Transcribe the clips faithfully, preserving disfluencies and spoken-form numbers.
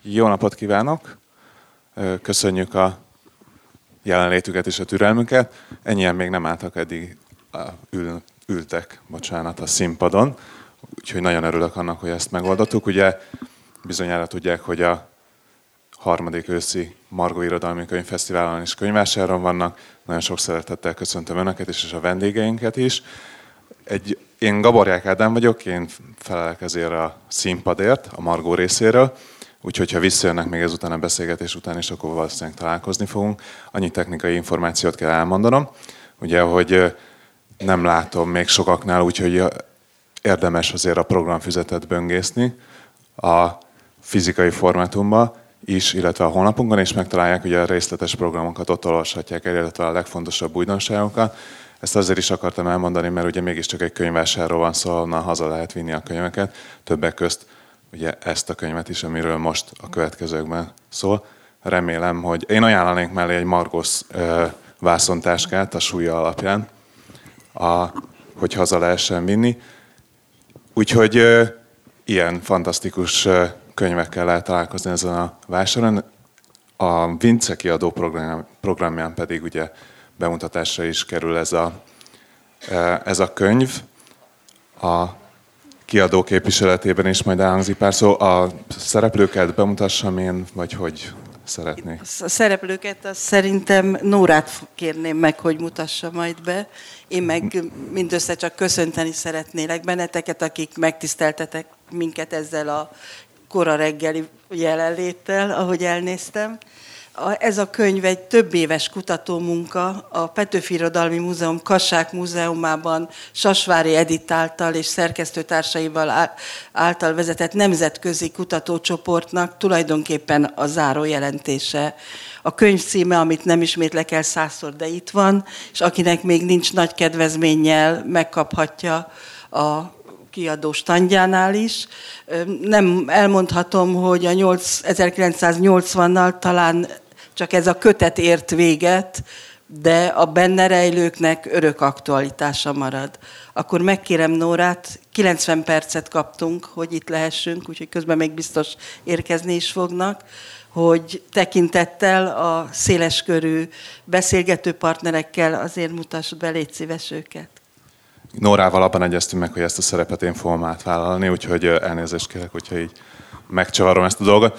Jó napot kívánok! Köszönjük a jelenlétüket és a türelmüket. Ennyien még nem álltak eddig, ül, ültek, bocsánat, a színpadon. Úgyhogy nagyon örülök annak, hogy ezt megoldottuk. Ugye bizonyára tudják, hogy a harmadik őszi Margó Irodalmi Könyvfesztiválon és könyvvásáron vannak. Nagyon sok szeretettel köszöntöm Önöket és a vendégeinket is. Egy, én Gaborják Ádám vagyok, én felelek ezért a színpadért, a Margó részéről. Úgyhogy, ha visszajönnek még ezután a beszélgetés után is, akkor valószínűleg találkozni fogunk. Annyi technikai információt kell elmondanom, ugye, hogy nem látom még sokaknál, úgyhogy érdemes azért a programfüzetet böngészni a fizikai formátumban is, illetve a honlapunkon is megtalálják, ugye a részletes programokat ott olvashatják el, illetve a legfontosabb újdonságokat. Ezt azért is akartam elmondani, mert ugye mégiscsak egy könyvvásárról van szó, onnan haza lehet vinni a könyveket, többek közt ugye ezt a könyvet is, amiről most a következőkben szól. Remélem, hogy én ajánlanék mellé egy Margós uh, vászontáskát a súlya alapján, a, hogy haza lehessen vinni. Úgyhogy uh, ilyen fantasztikus uh, könyvekkel lehet találkozni ezen a vásáron. A Vince kiadó program, programján pedig ugye bemutatásra is kerül ez a, uh, ez a könyv. A kiadó képviseletében is majd elhangzik pár szó. A szereplőket bemutassam én, vagy hogy szeretnék? A szereplőket azt szerintem Nórát kérném meg, hogy mutassa majd be. Én meg mindössze csak köszönteni szeretnélek benneteket, akik megtiszteltetek minket ezzel a kora reggeli jelenléttel, ahogy elnéztem. Ez a könyv egy több éves kutatómunka, a Petőfi Irodalmi Múzeum Kassák Múzeumában Sasvári Edith által és szerkesztőtársaival által vezetett nemzetközi kutatócsoportnak tulajdonképpen a záró jelentése. A könyv címe, amit nem ismétlek el százszor, de itt van, és akinek még nincs nagy kedvezménnyel, megkaphatja a kiadó standjánál is. Nem elmondhatom, hogy a ezerkilencszáznyolcvannal talán csak ez a kötet ért véget, de a benne rejlőknek örök aktualitása marad. Akkor megkérem Nórát, kilencven percet kaptunk, hogy itt lehessünk, úgyhogy közben még biztos érkezni is fognak, hogy tekintettel a széleskörű beszélgető partnerekkel azért mutassd be, légy szíves őket. Nórával abban egyeztünk meg, hogy ezt a szerepet én fogom átvállalni, úgyhogy elnézést kérek, hogyha így megcsavarom ezt a dolgot.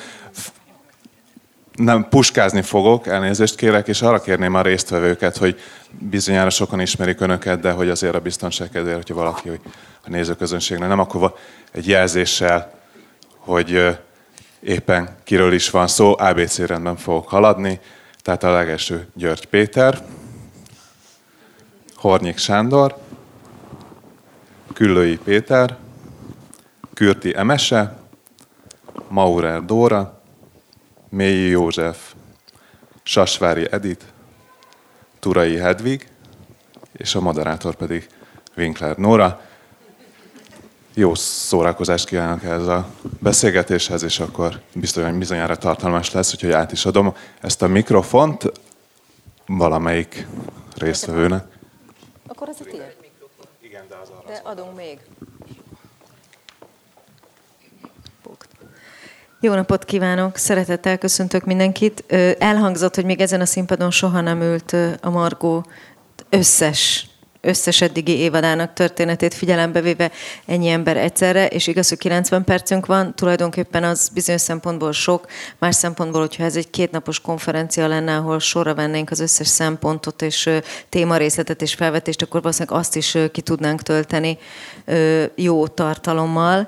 Nem, puskázni fogok, elnézést kérek, és arra kérném a résztvevőket, hogy bizonyára sokan ismerik Önöket, de hogy azért a biztonság kedvéért, hogyha valaki, hogy a nézőközönségnek nem, akkor egy jelzéssel, hogy éppen kiről is van szó, á bé cé rendben fogok haladni. Tehát a legelső György Péter, Hornyik Sándor, Küllői Péter, Kürti Emese, Maurer Dóra, Mélyi József, Sasvári Edith, Turai Hedvig, és a moderátor pedig Winkler Nóra. Jó szórakozást kívánok ehhez a beszélgetéshez, és akkor biztosan bizonyára tartalmas lesz, úgyhogy át is adom ezt a mikrofont valamelyik résztvevőnek. Akkor az a tiéd. Igen, de az arra. De adunk még. Jó napot kívánok! Szeretettel köszöntök mindenkit. Elhangzott, hogy még ezen a színpadon soha nem ült a Margó összes, összes eddigi évadának történetét figyelembe véve ennyi ember egyszerre, és igaz, hogy kilencven percünk van, tulajdonképpen az bizonyos szempontból sok, más szempontból, hogyha ez egy kétnapos konferencia lenne, ahol sorra vennénk az összes szempontot és témarészletet és felvetést, akkor valószínűleg azt is ki tudnánk tölteni jó tartalommal.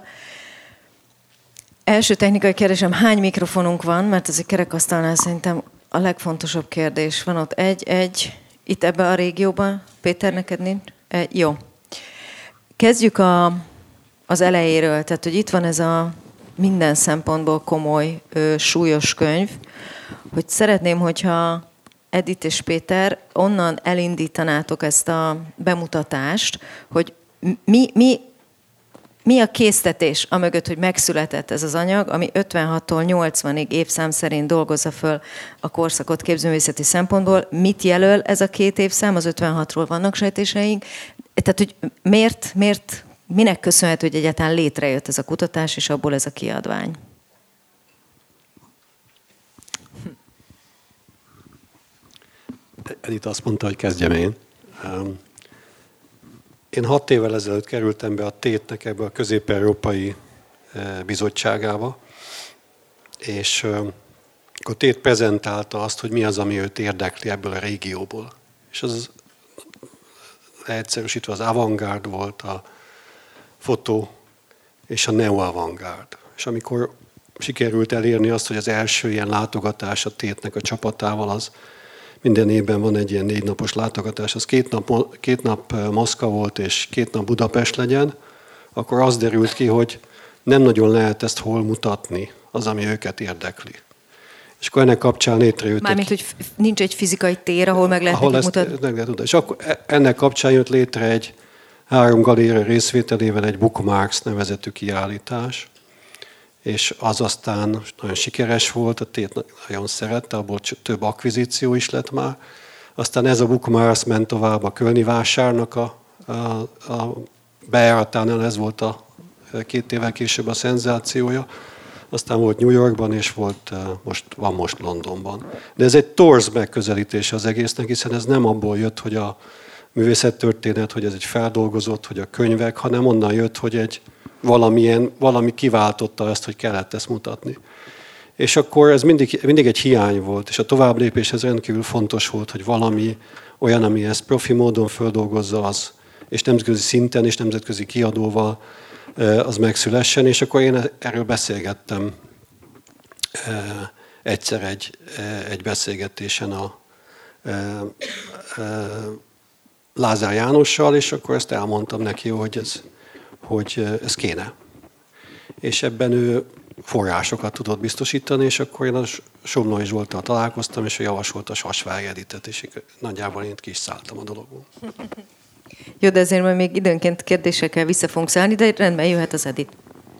Első technikai kérdésem, hány mikrofonunk van, mert ez egy kerekasztalnál szerintem a legfontosabb kérdés. Van ott egy, egy, itt ebbe a régióban. Péter, neked nincs? Egy, jó. Kezdjük a, az elejéről, tehát hogy itt van ez a minden szempontból komoly, ö, súlyos könyv, hogy szeretném, hogyha Edith és Péter onnan elindítanátok ezt a bemutatást, hogy mi, mi Mi a késztetés amögött, hogy megszületett ez az anyag, ami ötvenhattól nyolcvanig évszám szerint dolgozza föl a korszakot képzőművészeti szempontból. Mit jelöl ez a két évszám? Az ötvenhatról vannak sejtéseink. Tehát, hogy miért, miért, minek köszönhető, hogy egyáltalán létrejött ez a kutatás, és abból ez a kiadvány? Edith azt mondta, hogy kezdjem én. Én hat évvel ezelőtt kerültem be a tétnek ebbe a Közép-Európai Bizottságába, és akkor Tét prezentálta azt, hogy mi az, ami őt érdekli ebből a régióból. És az leegyszerűsítve az avantgárd volt, a fotó és a neo-avantgárd. És amikor sikerült elérni azt, hogy az első ilyen látogatás a Tétnek a csapatával, az minden évben van egy ilyen négy napos látogatás, az két nap, két nap Moszkva volt, és két nap Budapest legyen, akkor az derült ki, hogy nem nagyon lehet ezt hol mutatni, az, ami őket érdekli. És akkor ennek kapcsán létrejött... Mármint, egy, hogy nincs egy fizikai tér, ahol meg lehet ahol mutatni? Meg lehet mutatni. És akkor ennek kapcsán jött létre egy három galéria részvételével egy Bookmarks nevezetű kiállítás, és az aztán nagyon sikeres volt, a Tét nagyon szerette, abból több akvizíció is lett már. Aztán ez a Bookmarks ment tovább a Kölni Vásárnak a, a, a bejáratánál, ez volt a két évvel később a szenzációja. Aztán volt New Yorkban, és volt, most, van most Londonban. De ez egy torz megközelítése az egésznek, hiszen ez nem abból jött, hogy a művészettörténet, hogy ez egy feldolgozott, hogy a könyvek, hanem onnan jött, hogy egy valamilyen, valami kiváltotta ezt, hogy kellett ezt mutatni. És akkor ez mindig, mindig egy hiány volt, és a továbblépéshez rendkívül fontos volt, hogy valami olyan, ami ezt profi módon földolgozza, az, és nemzetközi szinten, és nemzetközi kiadóval az megszülessen, és akkor én erről beszélgettem egyszer egy, egy beszélgetésen a Lázár Jánossal, és akkor ezt elmondtam neki, hogy ez, hogy ez kéne. És ebben ő forrásokat tudott biztosítani, és akkor én a Somlói Zsolttal találkoztam, és ő javasolt a Sasvág Editet, és nagyjából én ki is szálltam a dologból. Jó, de ezért majd még időnként kérdésekkel vissza fogunk szállni, de rendben jöhet az Edit.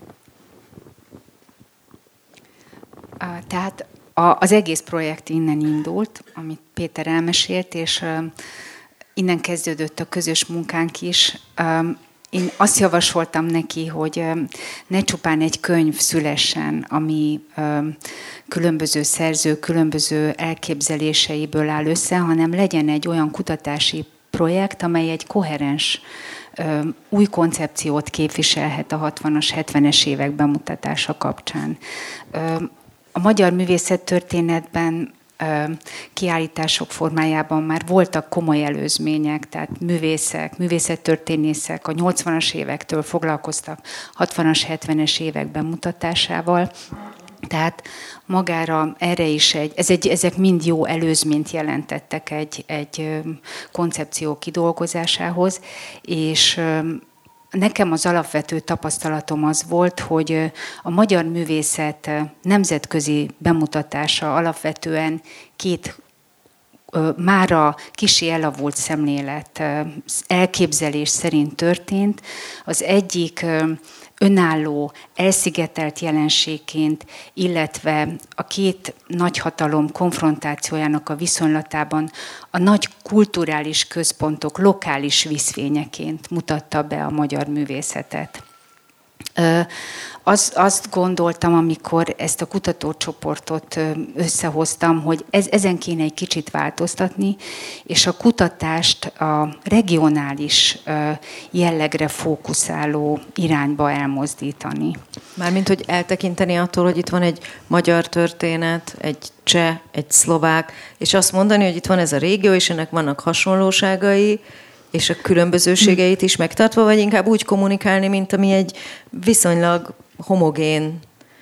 Tehát az egész projekt innen indult, amit Péter elmesélt, és innen kezdődött a közös munkánk is. Én azt javasoltam neki, hogy ne csupán egy könyv szülessen, ami különböző szerző, különböző elképzeléseiből áll össze, hanem legyen egy olyan kutatási projekt, amely egy koherens új koncepciót képviselhet a hatvanas, hetvenes évek bemutatása kapcsán. A magyar művészettörténetben kiállítások formájában már voltak komoly előzmények, tehát művészek, művészettörténészek a nyolcvanas évektől foglalkoztak hatvanas, hetvenes évek bemutatásával. Tehát magára erre is egy, ez egy, ezek mind jó előzményt jelentettek egy, egy koncepció kidolgozásához, és nekem az alapvető tapasztalatom az volt, hogy a magyar művészet nemzetközi bemutatása alapvetően két mára kissé elavult szemlélet, elképzelés szerint történt. Az egyik önálló, elszigetelt jelenségként, illetve a két nagyhatalom konfrontációjának a viszonylatában a nagy kulturális központok lokális vízfényeként mutatta be a magyar művészetet. Az, azt gondoltam, amikor ezt a kutatócsoportot összehoztam, hogy ez, ezen kéne egy kicsit változtatni, és a kutatást a regionális jellegre fókuszáló irányba elmozdítani. Mármint, hogy eltekinteni attól, hogy itt van egy magyar történet, egy cseh, egy szlovák, és azt mondani, hogy itt van ez a régió, és ennek vannak hasonlóságai, és a különbözőségeit is megtartva, vagy inkább úgy kommunikálni, mint ami egy viszonylag homogén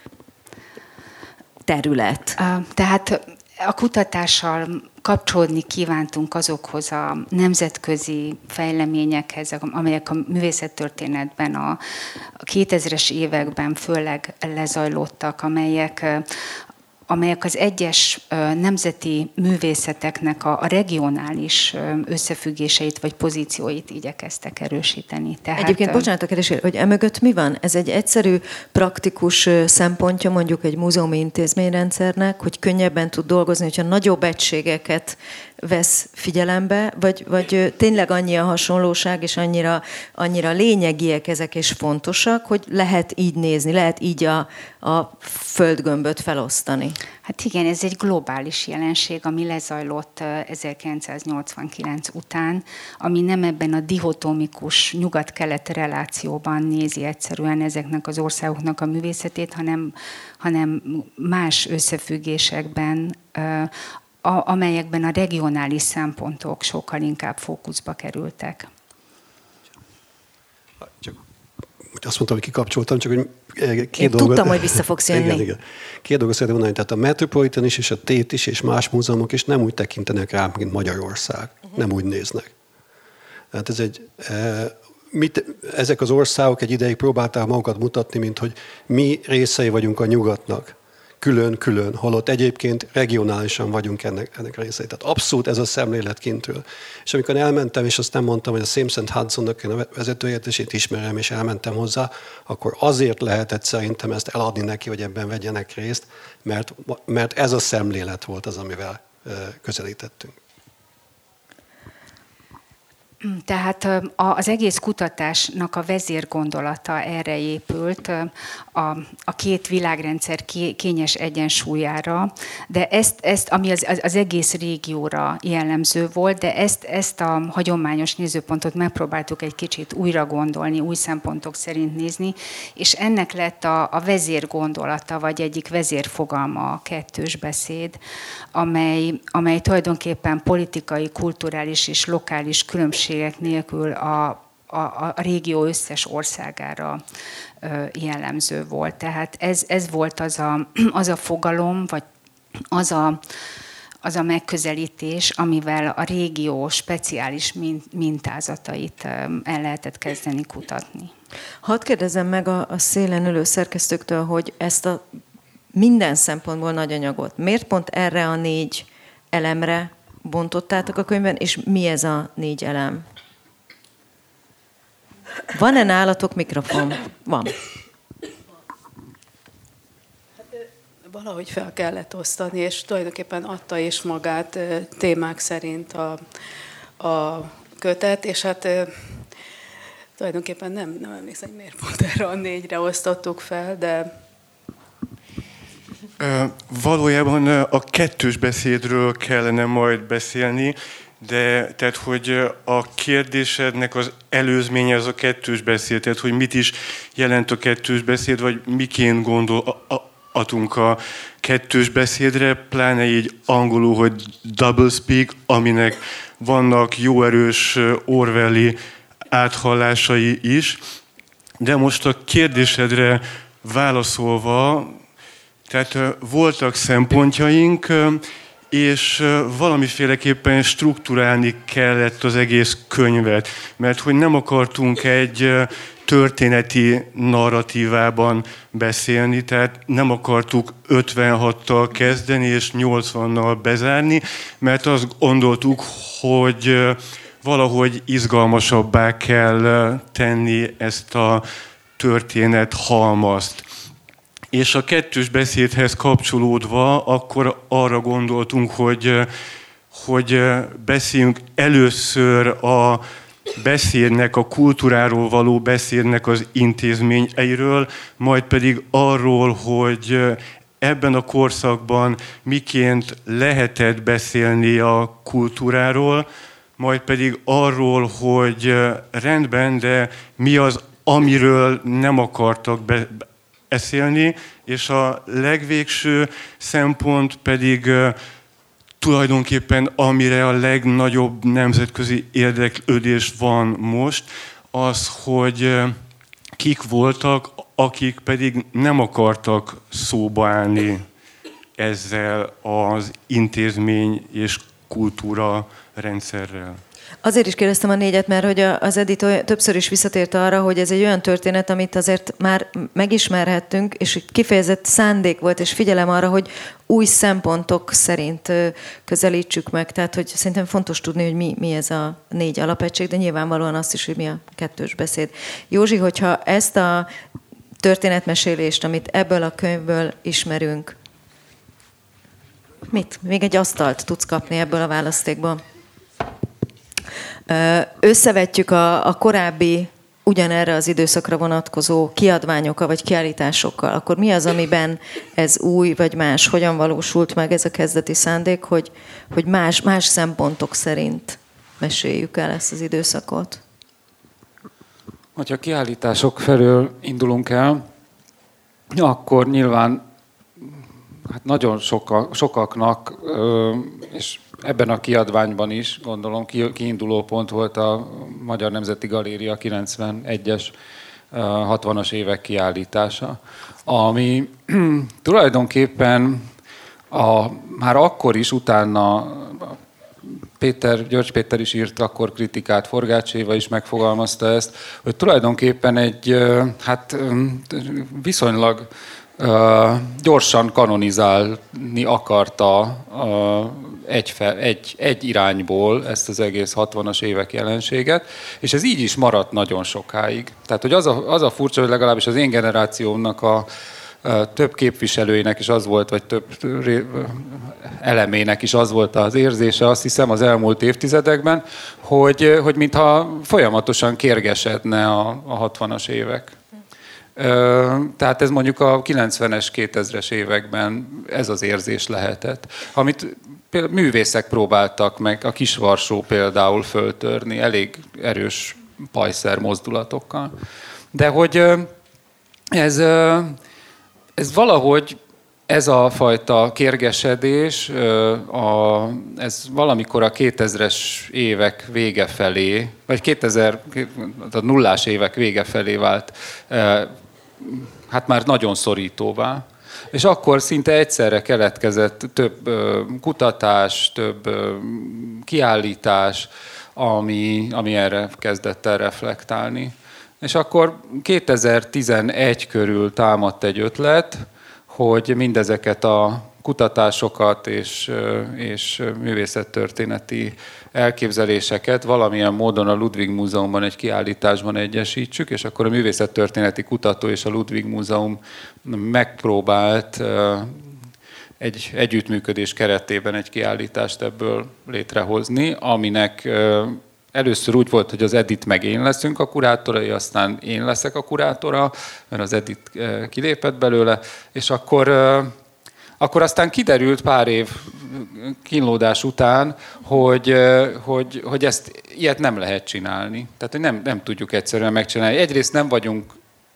terület? Tehát a kutatással kapcsolódni kívántunk azokhoz a nemzetközi fejleményekhez, amelyek a művészettörténetben a kétezres években főleg lezajlottak, amelyek amelyek az egyes nemzeti művészeteknek a regionális összefüggéseit vagy pozícióit igyekeztek erősíteni. Tehát, Egyébként, bocsánat a kérdésért, hogy emögött mi van? Ez egy egyszerű, praktikus szempontja mondjuk egy múzeumi intézményrendszernek, hogy könnyebben tud dolgozni, hogyha nagyobb egységeket vesz figyelembe, vagy, vagy tényleg annyi a hasonlóság, és annyira, annyira lényegiek ezek, és fontosak, hogy lehet így nézni, lehet így a, a földgömböt felosztani. Hát igen, ez egy globális jelenség, ami lezajlott ezerkilencszáznyolcvankilenc után, ami nem ebben a dihotomikus nyugat-kelet relációban nézi egyszerűen ezeknek az országoknak a művészetét, hanem, hanem más összefüggésekben, amelyekben a regionális szempontok sokkal inkább fókuszba kerültek. Csak azt mondtam, hogy kikapcsoltam, csak hogy két Én dolgot... tudtam, hogy vissza fogsz jönni. Igen, igen. Két dolgot szeretném mondani, tehát a Metropolitan is, és a Tét is, és más múzeumok is nem úgy tekintenek rá, mint Magyarország. Uh-huh. Nem úgy néznek. Tehát ez egy... Mit, ezek az országok egy ideig próbálták magukat mutatni, mint hogy mi részei vagyunk a nyugatnak. Külön-külön, holott egyébként regionálisan vagyunk ennek, ennek részei. Tehát abszolút ez a szemlélet kintről. És amikor elmentem, és azt nem mondtam, hogy a James and Hudsonnak a vezetőhelyettesét ismerem, és elmentem hozzá, akkor azért lehetett szerintem ezt eladni neki, hogy ebben vegyenek részt, mert, mert ez a szemlélet volt az, amivel közelítettünk. Tehát az egész kutatásnak a vezérgondolata erre épült, a, a két világrendszer kényes egyensúlyára, de ezt, ezt ami az, az egész régióra jellemző volt, de ezt, ezt a hagyományos nézőpontot megpróbáltuk egy kicsit újra gondolni, új szempontok szerint nézni, és ennek lett a, a vezérgondolata, vagy egyik vezérfogalma a kettős beszéd, amely, amely tulajdonképpen politikai, kulturális és lokális különbségek nélkül a, a, a régió összes országára jellemző volt. Tehát ez, ez volt az a, az a fogalom, vagy az a, az a megközelítés, amivel a régió speciális mintázatait el lehetett kezdeni kutatni. Hadd kérdezzem meg a, a szélen ülő szerkesztőktől, hogy ezt a minden szempontból nagy anyagot miért pont erre a négy elemre bontottátok a könyvben, és mi ez a négy elem? Van-e nálatok mikrofon? Van. Hát, valahogy fel kellett osztani, és tulajdonképpen adta is magát témák szerint a, a kötet, és hát tulajdonképpen nem, nem emlékszem, hogy miért pont erre a négyre osztottuk fel, de... Valójában a kettős beszédről kellene majd beszélni, de tehát, hogy a kérdésednek az előzménye az a kettős beszéd, tehát, hogy mit is jelent a kettős beszéd, vagy miként gondolatunk a kettős beszédre, pláne így angolul, hogy double speak, aminek vannak jó erős orwelli áthallásai is. De most a kérdésedre válaszolva, tehát voltak szempontjaink, és valamiféleképpen strukturálni kellett az egész könyvet, mert hogy nem akartunk egy történeti narratívában beszélni, tehát nem akartuk ötvenhattal kezdeni és nyolcvannal bezárni, mert azt gondoltuk, hogy valahogy izgalmasabbá kell tenni ezt a történet halmazt. És a kettős beszédhez kapcsolódva akkor arra gondoltunk, hogy, hogy beszéljünk először a beszédnek, a kultúráról való beszédnek az intézményeiről, majd pedig arról, hogy ebben a korszakban miként lehetett beszélni a kultúráról, majd pedig arról, hogy rendben, de mi az, amiről nem akartak be beszélni, és a legvégső szempont pedig uh, tulajdonképpen amire a legnagyobb nemzetközi érdeklődés van most, az, hogy uh, kik voltak, akik pedig nem akartak szóba állni ezzel az intézmény és kultúra rendszerrel. Azért is kérdeztem a négyet, mert hogy az Edith többször is visszatért arra, hogy ez egy olyan történet, amit azért már megismerhettünk, és kifejezett szándék volt, és figyelem arra, hogy új szempontok szerint közelítsük meg. Tehát, hogy szerintem fontos tudni, hogy mi, mi ez a négy alapegység, de nyilvánvalóan azt is, hogy mi a kettős beszéd. Józsi, hogyha ezt a történetmesélést, amit ebből a könyvből ismerünk, Mit? Még egy asztalt tudsz kapni ebből a választékból. Összevetjük a, a korábbi ugyanerre az időszakra vonatkozó kiadványokkal vagy kiállításokkal, akkor mi az, amiben ez új vagy más? Hogyan valósult meg ez a kezdeti szándék, hogy, hogy más, más szempontok szerint meséljük el ezt az időszakot? Hogyha kiállítások felől indulunk el, akkor nyilván hát nagyon soka, sokaknak, és ebben a kiadványban is, gondolom, kiinduló pont volt a Magyar Nemzeti Galéria kilencvenegyes, hatvanas évek kiállítása, ami tulajdonképpen a, már akkor is utána Péter, György Péter is írt akkor kritikát, Forgács Éva is megfogalmazta ezt, hogy tulajdonképpen egy hát viszonylag gyorsan kanonizálni akarta egy, egy, egy irányból ezt az egész hatvanas évek jelenséget, és ez így is maradt nagyon sokáig. Tehát, hogy az a, az a furcsa, hogy legalábbis az én generációmnak a több képviselőinek is az volt, vagy több elemének is az volt az érzése, azt hiszem, az elmúlt évtizedekben, hogy, hogy mintha folyamatosan kérgesedne a, a hatvanas évek. Tehát ez mondjuk a kilencvenes, kétezres években ez az érzés lehetett. Amit például művészek próbáltak meg, a Kisvarsó például föltörni, elég erős pajszer mozdulatokkal. De hogy ez, ez valahogy ez a fajta kérgesedés, a, ez valamikor a kétezres évek vége felé, vagy kétezer, a nullás évek vége felé vált hát már nagyon szorítóvá. És akkor szinte egyszerre keletkezett több kutatás, több kiállítás, ami, ami erre kezdett el reflektálni. És akkor kétezer-tizenegy körül támadt egy ötlet, hogy mindezeket a kutatásokat és, és művészettörténeti elképzeléseket valamilyen módon a Ludwig Múzeumban egy kiállításban egyesítsük, és akkor a Művészettörténeti Kutató és a Ludwig Múzeum megpróbált egy együttműködés keretében egy kiállítást ebből létrehozni, aminek először úgy volt, hogy az Edit meg én leszünk a kurátorai, aztán én leszek a kurátora, mert az Edit kilépett belőle, és akkor Akkor aztán kiderült pár év kínlódás után, hogy, hogy, hogy ezt ilyet nem lehet csinálni. Tehát, hogy nem, nem tudjuk egyszerűen megcsinálni. Egyrészt nem vagyunk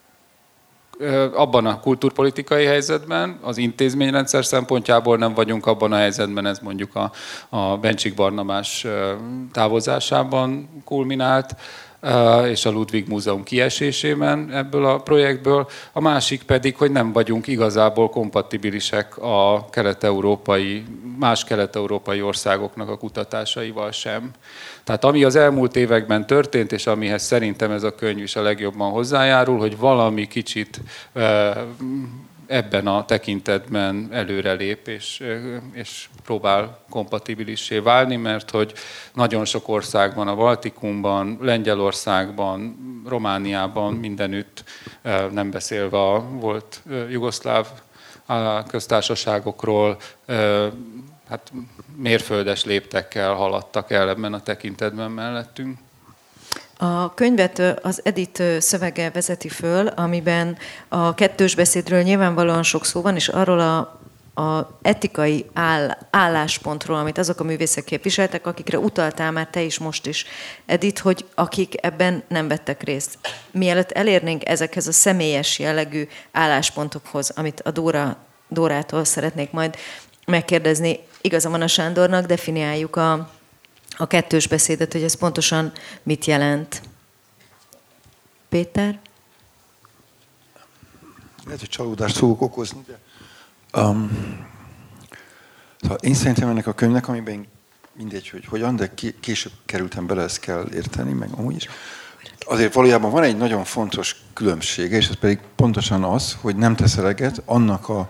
abban a kultúrpolitikai helyzetben, az intézményrendszer szempontjából nem vagyunk abban a helyzetben, ez mondjuk a, a Bencsik Barnabás távozásában kulminált, és a Ludwig Múzeum kiesésében ebből a projektből. A másik pedig, hogy nem vagyunk igazából kompatibilisek a kelet-európai, más kelet-európai országoknak a kutatásaival sem. Tehát ami az elmúlt években történt, és amihez szerintem ez a könyv is a legjobban hozzájárul, hogy valami kicsit ebben a tekintetben előrelép, és, és próbál kompatibilissé válni, mert hogy nagyon sok országban, a Baltikumban, Lengyelországban, Romániában, mindenütt, nem beszélve a volt jugoszláv köztársaságokról, hát mérföldes léptekkel haladtak el ebben a tekintetben mellettünk. A könyvet az Edit szövege vezeti föl, amiben a kettős beszédről nyilvánvalóan sok szó van, és arról a, a etikai áll, álláspontról, amit azok a művészek képviseltek, akikre utaltál már te is most is, Edit, hogy akik ebben nem vettek részt. Mielőtt elérnénk ezekhez a személyes jellegű álláspontokhoz, amit a Dóra, Dórától szeretnék majd megkérdezni, igaza van a Sándornak, definiáljuk a a kettős beszédet, hogy ez pontosan mit jelent. Péter? Lehet, hogy csalódást fogok okozni, de um, szóval én szerintem ennek a könyvnek, amiben mindegy, hogy hogyan, de később kerültem bele, ezt kell érteni, meg amúgy is. Azért valójában van egy nagyon fontos különbsége, és ez pedig pontosan az, hogy nem tesz eleget annak a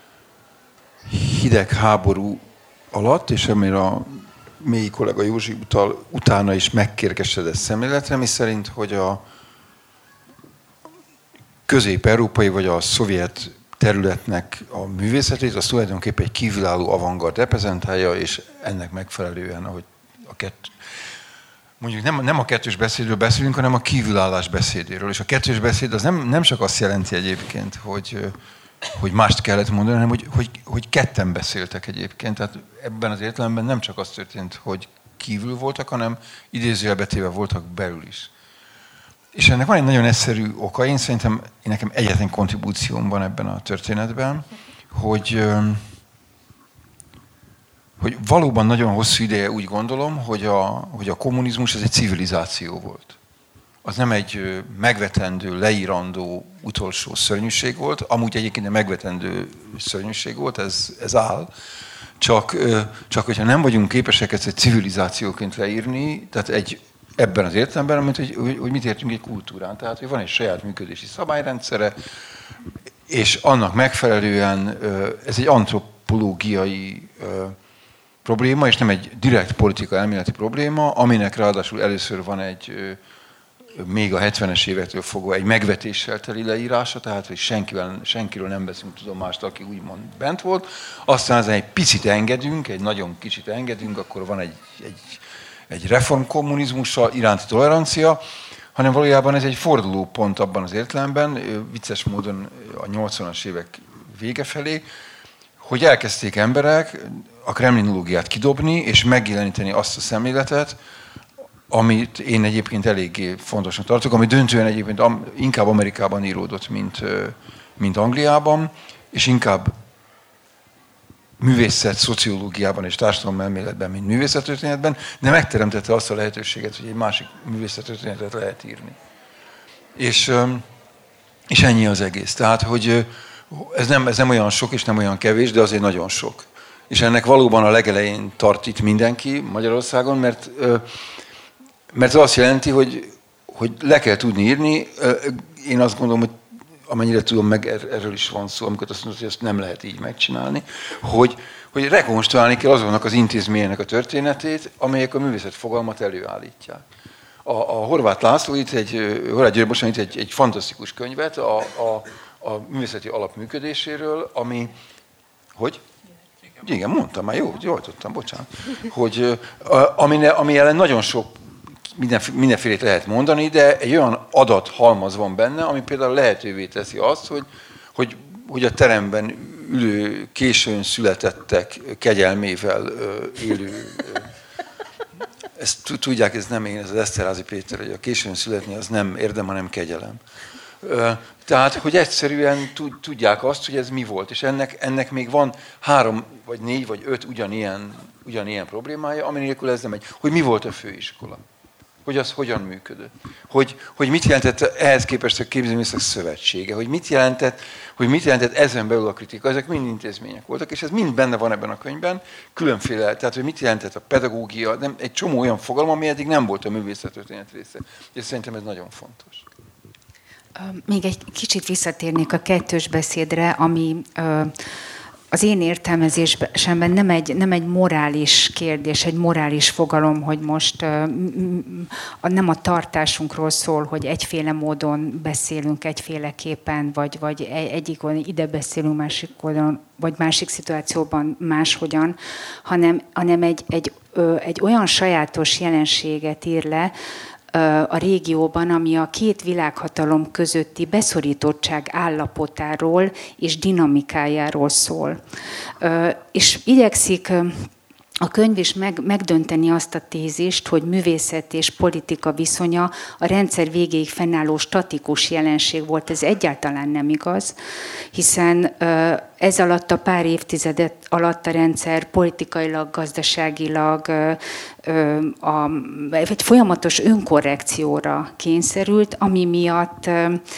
hidegháború alatt, és amire a mély kollega Józsi utal, utána is megkérkesedett szemléletre, mi szerint, hogy a közép-európai vagy a szovjet területnek a művészetét, az tulajdonképpen egy kívülálló avantgard reprezentálja, és ennek megfelelően, ahogy a kettő, mondjuk nem, nem a kettős beszédről beszélünk, hanem a kívülállás beszédéről. És a kettős beszéd az nem, nem csak azt jelenti egyébként, hogy, hogy mást kellett mondani, hanem hogy, hogy, hogy ketten beszéltek egyébként. Tehát ebben az értelemben nem csak az történt, hogy kívül voltak, hanem idézőjelbe téve voltak belül is. És ennek van egy nagyon egyszerű oka, én szerintem én nekem egyetlen kontribúcióm van ebben a történetben, hogy, hogy valóban nagyon hosszú ideje úgy gondolom, hogy a, hogy a kommunizmus ez egy civilizáció volt. Az nem egy megvetendő, leírandó, utolsó szörnyűség volt, amúgy egyébként egy megvetendő szörnyűség volt, ez, ez áll. Csak, csak hogyha nem vagyunk képesek ezt egy civilizációként leírni, tehát egy ebben az értelemben, mint hogy, hogy mit értünk egy kultúrán. Tehát, hogy van egy saját működési szabályrendszere, és annak megfelelően ez egy antropológiai probléma, és nem egy direkt politika elméleti probléma, aminek ráadásul először van egy még a hetvenes évektől fogva egy megvetéssel teli leírása, tehát hogy senkivel, senkiről nem veszünk tudomást, aki úgymond bent volt. Aztán ezen egy picit engedünk, egy nagyon kicsit engedünk, akkor van egy, egy egy reformkommunizmussal iránti tolerancia, hanem valójában ez egy fordulópont abban az értelemben, vicces módon a nyolcvanas évek vége felé, hogy elkezdték emberek a kremlinológiát kidobni, és megjeleníteni azt a szemléletet, amit én egyébként eléggé fontosnak tartok, ami döntően egyébként inkább Amerikában íródott, mint, mint Angliában, és inkább művészet, szociológiában és társadalomelméletben, mint művészettörténetben, de megteremtette azt a lehetőséget, hogy egy másik művészettörténetet lehet írni. És, és ennyi az egész. Tehát, hogy ez nem, ez nem olyan sok és nem olyan kevés, de azért nagyon sok. És ennek valóban a legelején tart itt mindenki Magyarországon, mert, mert ez azt jelenti, hogy, hogy le kell tudni írni. Én azt gondolom, hogy amennyire tudom, meg erről is van szó, amikor azt mondod, hogy ezt nem lehet így megcsinálni, hogy, hogy rekonstruálni kell azonnak az intézménynek a történetét, amelyek a művészet fogalmat előállítják. A, a Horváth László itt egy, Horváth György Bocsánat, itt egy, egy fantasztikus könyvet a, a, a művészeti alapműködéséről, ami... Hogy? Igen, mondtam már, jó, jól tudtam, bocsánat. Hogy, ami, ami ellen nagyon sok mindenfélét lehet mondani, de egy olyan adathalmaz van benne, ami például lehetővé teszi azt, hogy, hogy, hogy a teremben ülő, későn születettek kegyelmével élő... Ezt tudják, ez nem én, ez az Eszterházy Péter, hogy a későn születni az nem érdem, hanem kegyelem. Tehát, hogy egyszerűen tudják azt, hogy ez mi volt, és ennek, ennek még van három, vagy négy, vagy öt ugyanilyen, ugyanilyen problémája, ami nélkül ez nem egy. Hogy mi volt a főiskola? Hogy az hogyan működött? Hogy, hogy mit jelentett ehhez képest a Képzőművészek Szövetsége? Hogy mit jelentett, hogy mit jelentett ezen belül a kritika? Ezek mind intézmények voltak, és ez mind benne van ebben a könyvben, különféle, tehát hogy mit jelentett a pedagógia, nem, egy csomó olyan fogalom, ami eddig nem volt a művészettörténet része. És szerintem ez nagyon fontos. Még egy kicsit visszatérnék a kettős beszédre, ami az én értelmezésemben nem egy, nem egy morális kérdés, egy morális fogalom, hogy most nem a tartásunkról szól, hogy egyféle módon beszélünk egyféleképpen, vagy, vagy egyik oldalon ide beszélünk, másik oldalon, vagy másik szituációban máshogyan, hanem, hanem egy, egy, egy olyan sajátos jelenséget ír le, a régióban, ami a két világhatalom közötti beszorítottság állapotáról és dinamikájáról szól. És igyekszik a könyv is meg, megdönteni azt a tézist, hogy művészet és politika viszonya a rendszer végéig fennálló statikus jelenség volt. Ez egyáltalán nem igaz, hiszen ez alatt a pár évtizedet alatt a rendszer politikailag, gazdaságilag a, egy folyamatos önkorrekcióra kényszerült, ami miatt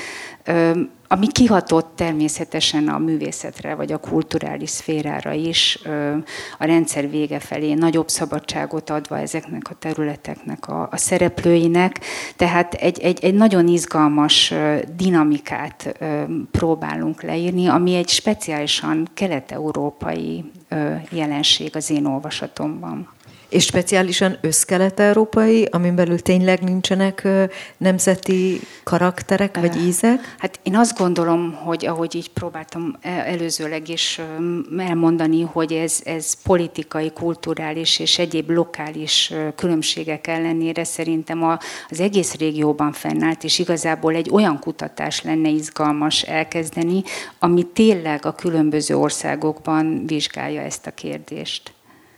ami kihatott természetesen a művészetre, vagy a kulturális szférára is, a rendszer vége felé nagyobb szabadságot adva ezeknek a területeknek a, a szereplőinek. Tehát egy, egy, egy nagyon izgalmas dinamikát próbálunk leírni, ami egy speciálisan kelet-európai jelenség az én olvasatomban. És speciálisan összkelet-európai, amin belül tényleg nincsenek nemzeti karakterek vagy ízek? Hát én azt gondolom, hogy ahogy így próbáltam előzőleg is elmondani, hogy ez, ez politikai, kulturális és egyéb lokális különbségek ellenére szerintem az egész régióban fennállt, és igazából egy olyan kutatás lenne izgalmas elkezdeni, ami tényleg a különböző országokban vizsgálja ezt a kérdést.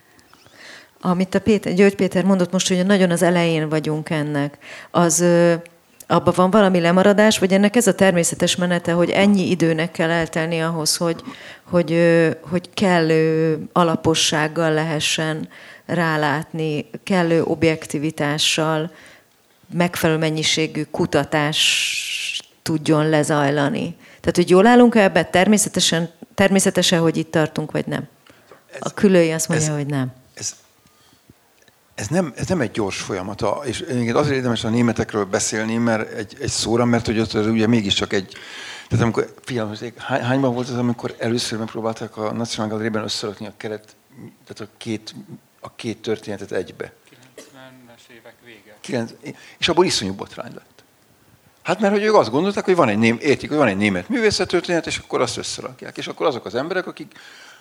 Amit a Péter, György Péter mondott most, hogy nagyon az elején vagyunk ennek, az abban van valami lemaradás, vagy ennek ez a természetes menete, hogy ennyi időnek kell eltelni ahhoz, hogy, hogy, hogy kellő alapossággal lehessen rálátni, kellő objektivitással, megfelelő mennyiségű kutatás tudjon lezajlani. Tehát, hogy jól állunk-e ebben? Természetesen, természetesen, hogy itt tartunk, vagy nem? A Külői azt mondja, ez, hogy nem. Ez, ez nem. Ez nem egy gyors folyamat, és azért érdemes a németekről beszélni, mert egy, egy szóra, mert hogy ott ugye mégiscsak egy... Tehát amikor, figyelem, hány, hányban volt az, amikor először megpróbálták a National Gallery-ben összerakni a keret, tehát a két, a két történetet egybe? kilencvenes évek vége. kilenc, és abból iszonyú botrány lett. Hát mert hogy ők azt gondolták, hogy van egy ném, értik, hogy van egy német művészettörténet, és akkor azt összerakják. És akkor azok az emberek, akik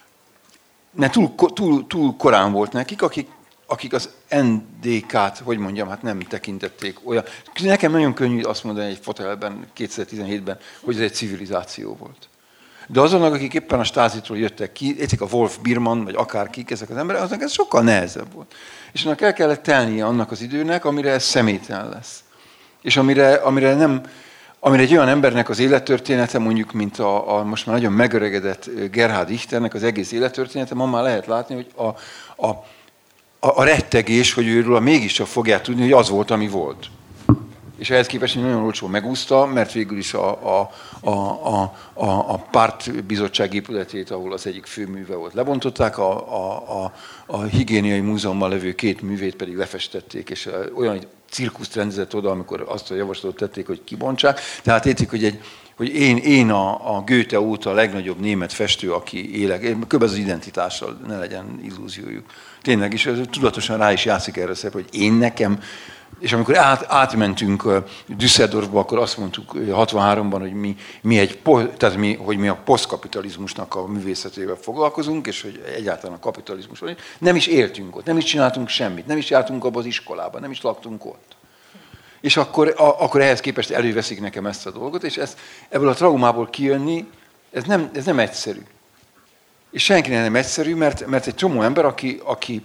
ne, túl, túl, túl korán volt nekik, akik, akik az en dé ká-t, hogy mondjam, hát nem tekintették olyan. Nekem nagyon könnyű azt mondani egy fotelben kétezer-tizenhétben, hogy ez egy civilizáció volt. De azonnak, akik éppen a Stázitról jöttek ki, értik a Wolf Biermann, vagy akárkik, ezek az emberek, aznak ez sokkal nehezebb volt. És annak el kellett telnie annak az időnek, amire ez személytelen lesz. És amire, amire, nem, amire egy olyan embernek az élettörténete, mondjuk, mint a, a most már nagyon megöregedett Gerhard Richternek az egész élettörténete, ma már lehet látni, hogy a, a, a, a rettegés, hogy őről mégiscsak fogják tudni, hogy az volt, ami volt. És ehhez képest nagyon olcsó megúszta, mert végül is a, a, a, a, a, a pártbizottság épületét, ahol az egyik főműve volt, lebontották, a, a, a, a higiéniai múzeumban levő két művét pedig lefestették, és olyan cirkuszt rendezett oda, amikor azt a javaslatot tették, hogy kibontsák. Tehát értik, hogy, egy, hogy én, én a, a Goethe óta a legnagyobb német festő, aki élek, kb. Az identitással ne legyen illúziójuk. Tényleg, és tudatosan rá is játszik erre szerep, hogy én nekem. És amikor át, átmentünk Düsseldorfba, akkor azt mondtuk hatvanháromban, hogy mi, mi, egy, tehát mi, hogy mi a posztkapitalizmusnak a művészetével foglalkozunk, és hogy egyáltalán a kapitalizmus van. Nem is éltünk ott, nem is csináltunk semmit, nem is jártunk abba az iskolában, nem is laktunk ott. És akkor, a, akkor ehhez képest előveszik nekem ezt a dolgot, és ezt, ebből a traumából kijönni, ez nem, ez nem egyszerű. És senkinek nem egyszerű, mert, mert egy csomó ember, aki... aki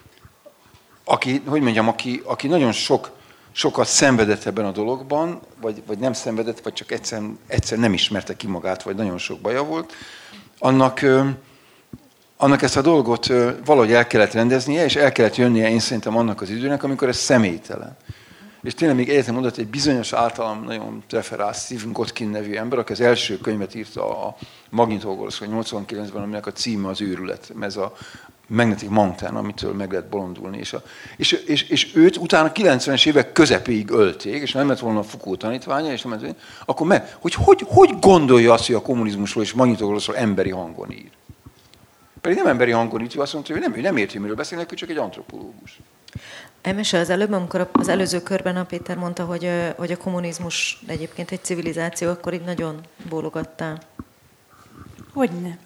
Aki, hogy mondjam, aki, aki nagyon sok, sokat szenvedett ebben a dologban, vagy, vagy nem szenvedett, vagy csak egyszer, egyszer nem ismerte ki magát, vagy nagyon sok baja volt, annak, annak ezt a dolgot valahogy el kellett rendeznie, és el kellett jönnie én szerintem annak az időnek, amikor ez személytelen. És tényleg még egyetem mondott, egy bizonyos általam nagyon preferált Stephen Kotkin nevű ember, aki az első könyvet írta a Magnitogorszkon nyolcvankilencben, aminek a címe az őrület. Ez a Magnetic Mountain, amitől meg lehet bolondulni. És, a, és, és, és őt utána kilencvenes évek közepéig ölték, és nem lett volna a Foucault tanítványa, és nem lett, akkor meg, hogy, hogy hogy gondolja azt, hogy a kommunizmusról és Magnitogorszkról emberi hangon ír? Pedig nem emberi hangon ír, azt mondta, hogy nem, ő nem érti, miről beszélnek, ő csak egy antropológus. Emese az előbb, amikor az előző körben a Péter mondta, hogy, hogy a kommunizmus egyébként egy civilizáció, akkor így nagyon bólogattál. Hogyne.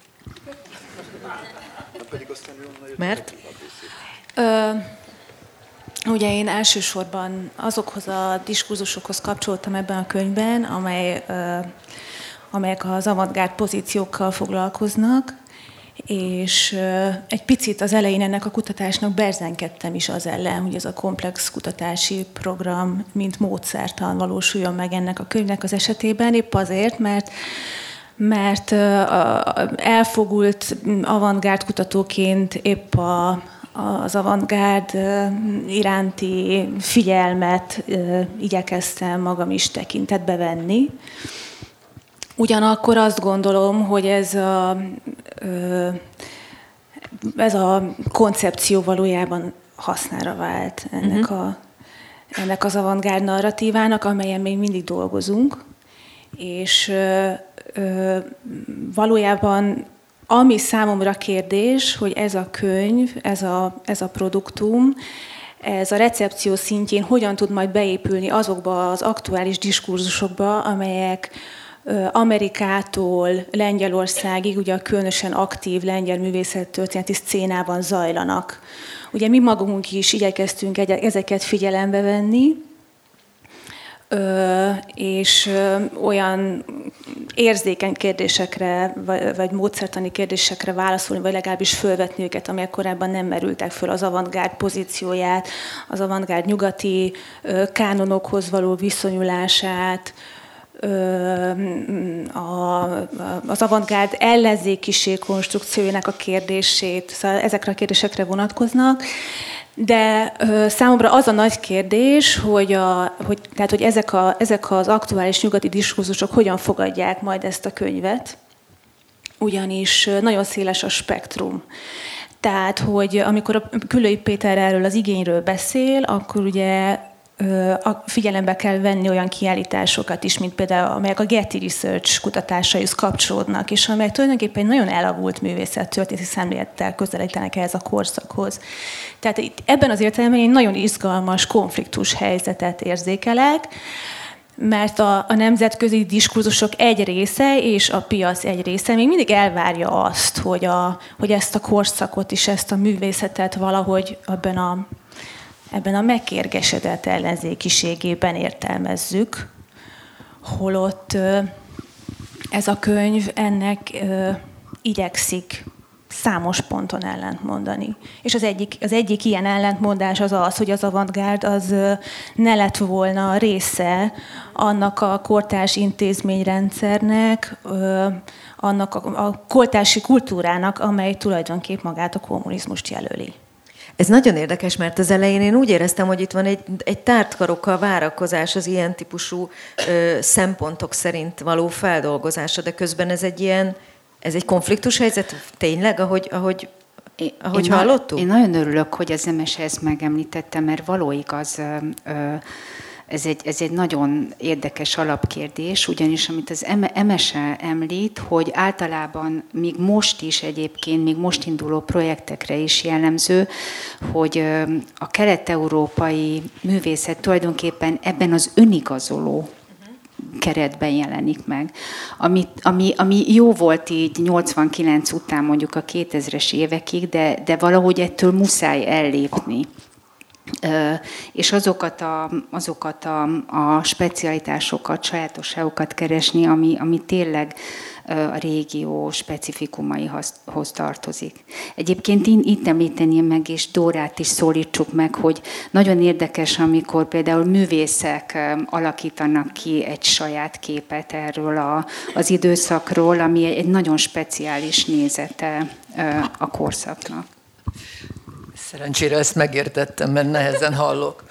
Mert? Ö, ugye én elsősorban azokhoz a diskurzusokhoz kapcsoltam ebben a könyvben, amely, ö, amelyek az avantgárd pozíciókkal foglalkoznak, és ö, egy picit az elején ennek a kutatásnak berzenkedtem is az ellen, hogy ez a komplex kutatási program, mint módszertan valósuljon meg ennek a könyvnek az esetében, épp azért, mert mert elfogult avantgárd kutatóként épp a, az avantgárd iránti figyelmet igyekeztem magam is tekintetbe venni. Ugyanakkor azt gondolom, hogy ez a, ez a koncepció valójában hasznára vált ennek, uh-huh. a, ennek az avantgárd narratívának, amelyen még mindig dolgozunk, és Ö, valójában ami számomra kérdés, hogy ez a könyv, ez a, ez a produktum, ez a recepció szintjén hogyan tud majd beépülni azokba az aktuális diskurzusokba, amelyek Amerikától Lengyelországig, ugye a különösen aktív lengyel művészettörténeti szcénában zajlanak. Ugye mi magunk is igyekeztünk ezeket figyelembe venni, és olyan érzékeny kérdésekre, vagy módszertani kérdésekre válaszolni, vagy legalábbis fölvetni őket, amelyek korábban nem merültek föl, az avantgárd pozícióját, az avantgárd nyugati kánonokhoz való viszonyulását, az avantgárd ellenzékiség konstrukciójának a kérdését, szóval ezekre a kérdésekre vonatkoznak. De ö, számomra az a nagy kérdés, hogy, a, hogy, tehát, hogy ezek, a, ezek az aktuális nyugati diskurzusok hogyan fogadják majd ezt a könyvet, ugyanis nagyon széles a spektrum. Tehát, hogy amikor a Küllői Péter erről az igényről beszél, akkor ugye ö, a, figyelembe kell venni olyan kiállításokat is, mint például amelyek a Getty Research kutatásaihoz kapcsolódnak, és amelyek tulajdonképpen nagyon elavult művészettörténeti szemlélettel közelítenek ehhez a korszakhoz. Tehát itt ebben az értelemben egy nagyon izgalmas konfliktus helyzetet érzékelek, mert a, a nemzetközi diskurzusok egy része és a piac egy része még mindig elvárja azt, hogy, a, hogy ezt a korszakot és ezt a művészetet valahogy ebben a, ebben a megkérgesedett ellenzékiségében értelmezzük, holott ez a könyv ennek igyekszik számos ponton ellentmondani. És az egyik, az egyik ilyen ellentmondás az az, hogy az avantgárd az ne lett volna része annak a kortárs intézményrendszernek, annak a, a kortársi kultúrának, amely tulajdonképp magát a kommunizmust jelöli. Ez nagyon érdekes, mert az elején én úgy éreztem, hogy itt van egy, egy tártkarokkal várakozás az ilyen típusú ö, szempontok szerint való feldolgozása, de közben ez egy ilyen Ez egy konfliktus helyzet tényleg, ahogy, ahogy, ahogy én hallottuk? Én nagyon örülök, hogy az em es ezt megemlítette, mert való igaz, ez egy, ez egy nagyon érdekes alapkérdés, ugyanis amit az em es említ, hogy általában még most is egyébként, még most induló projektekre is jellemző, hogy a kelet-európai művészet tulajdonképpen ebben az önigazoló keretben jelenik meg. Ami, ami, ami jó volt így nyolcvankilenc után mondjuk a kétezres évekig, de, de valahogy ettől muszáj ellépni. És azokat a, azokat a, a specialitásokat, sajátosságokat keresni, ami, ami tényleg a régió specifikumaihoz tartozik. Egyébként itt említeném meg, és Dórát is szólítsuk meg, hogy nagyon érdekes, amikor például művészek alakítanak ki egy saját képet erről a, az időszakról, ami egy nagyon speciális nézete a korszaknak. Szerencsére ezt megértettem, mert nehezen hallok.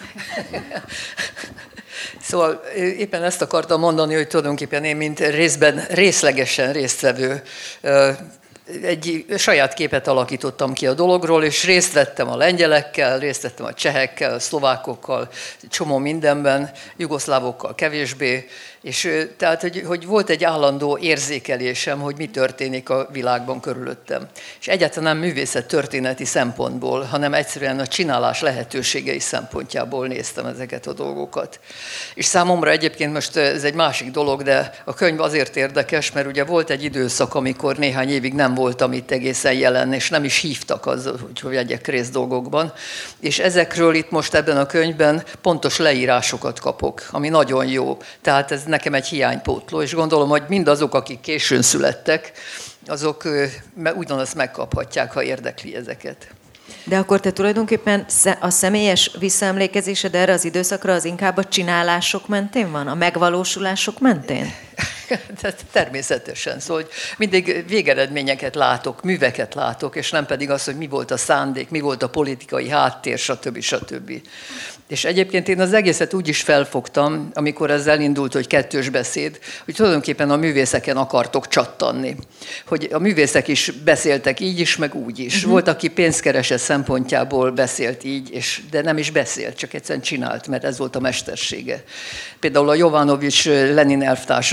Szóval éppen ezt akartam mondani, hogy tulajdonképpen én, mint részben részlegesen résztvevő, egy saját képet alakítottam ki a dologról, és részt vettem a lengyelekkel, részt vettem a csehekkel, a szlovákokkal, csomó mindenben, jugoszlávokkal kevésbé, és tehát, hogy, hogy volt egy állandó érzékelésem, hogy mi történik a világban körülöttem. És egyáltalán nem művészettörténeti szempontból, hanem egyszerűen a csinálás lehetőségei szempontjából néztem ezeket a dolgokat. És számomra egyébként most ez egy másik dolog, de a könyv azért érdekes, mert ugye volt egy időszak, amikor néhány évig nem voltam itt egészen jelen, és nem is hívtak azzal, hogy vegyek részt dolgokban. És ezekről itt most ebben a könyvben pontos leírásokat kapok, ami nagyon jó. Tehát ez nekem egy hiánypótló, és gondolom, hogy mindazok, akik későn születtek, azok ugyanazt megkaphatják, ha érdekli ezeket. De akkor te tulajdonképpen a személyes visszaemlékezésed erre az időszakra az inkább a csinálások mentén van? A megvalósulások mentén? Természetesen. Szóval hogy mindig végeredményeket látok, műveket látok, és nem pedig az, hogy mi volt a szándék, mi volt a politikai háttér, stb. stb. És egyébként én az egészet úgy is felfogtam, amikor ez elindult, hogy kettős beszéd, hogy tulajdonképpen a művészeken akartok csattanni. Hogy a művészek is beszéltek így is, meg úgy is. Uh-huh. Volt, aki pénzkereset szempontjából beszélt így, és, de nem is beszélt, csak egyszerűen csinált, mert ez volt a mestersége. Például a Jovanovics Lenin elvtársat öntött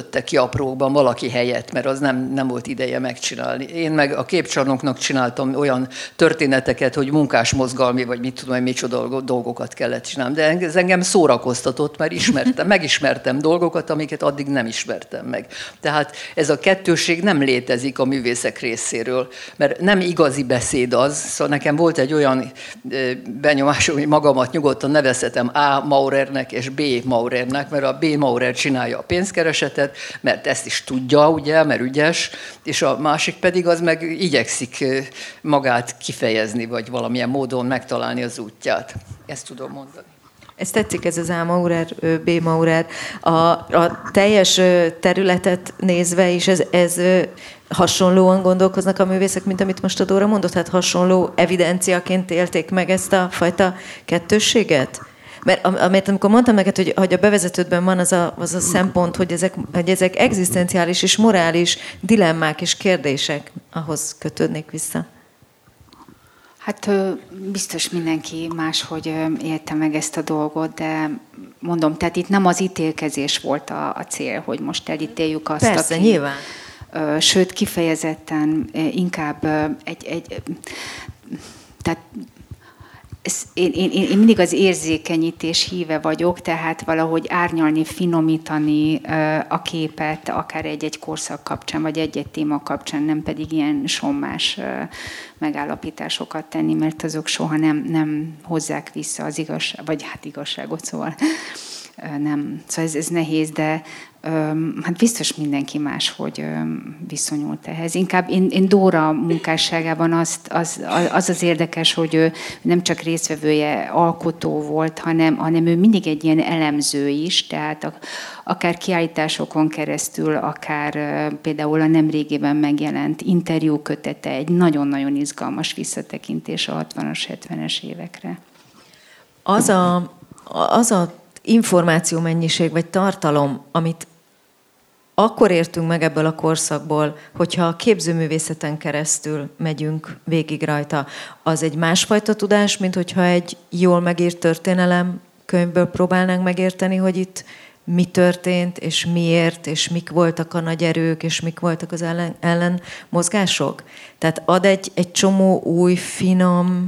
töltötte ki aprókban valaki helyett, mert az nem, nem volt ideje megcsinálni. Én meg a képcsarnoknak csináltam olyan történeteket, hogy munkásmozgalmi, vagy mit tudom, hogy micsoda dolgokat kellett csinálni. De ez engem szórakoztatott, mert ismertem, megismertem dolgokat, amiket addig nem ismertem meg. Tehát ez a kettőség nem létezik a művészek részéről, mert nem igazi beszéd az. Szóval nekem volt egy olyan benyomásom, hogy magamat nyugodtan nevezhetem A. Maurernek és B. Maurernek, mert a B. Maurer csinálja a pénzkeresetet, mert ezt is tudja, ugye, mert ügyes, és a másik pedig az meg igyekszik magát kifejezni, vagy valamilyen módon megtalálni az útját. Ezt tudom mondani. Ez tetszik, ez az A. Maurer, B. Maurer. A, a teljes területet nézve is ez, ez hasonlóan gondolkoznak a művészek, mint amit most a Dóra mondott? Hát hasonló evidenciaként élték meg ezt a fajta kettősséget? Mert amit amikor mondtam neked, hogy, hogy a bevezetődben van az a, az a szempont, hogy ezek, hogy ezek egzisztenciális és morális dilemmák és kérdések, ahhoz kötődnék vissza. Hát biztos mindenki máshogy élte meg ezt a dolgot, de mondom, tehát itt nem az ítélkezés volt a, a cél, hogy most elítéljük azt, Persze, aki... nyilván. Sőt, kifejezetten inkább egy... egy tehát ez, én, én, én mindig az érzékenyítés híve vagyok, tehát valahogy árnyalni, finomítani a képet, akár egy-egy korszak kapcsán, vagy egy-egy téma kapcsán, nem pedig ilyen sommás megállapításokat tenni, mert azok soha nem, nem hozzák vissza az igazság, vagy hát igazságot, szóval nem. Szóval ez, ez nehéz, de hát biztos mindenki máshogy viszonyult ehhez. Inkább én, én Dóra munkásságában azt, az, az az érdekes, hogy ő nem csak résztvevője, alkotó volt, hanem, hanem ő mindig egy ilyen elemző is, tehát a, akár kiállításokon keresztül, akár például a nemrégében megjelent interjúkötete, egy nagyon-nagyon izgalmas visszatekintés a hatvanas, hetvenes évekre. Az a, az a információmennyiség vagy tartalom, amit akkor értünk meg ebből a korszakból, hogyha a képzőművészeten keresztül megyünk végig rajta, az egy másfajta tudás, mint hogyha egy jól megírt történelem könyvből próbálnánk megérteni, hogy itt mi történt, és miért, és mik voltak a nagy erők, és mik voltak az ellen, ellen mozgások. Tehát ad egy, egy csomó új, finom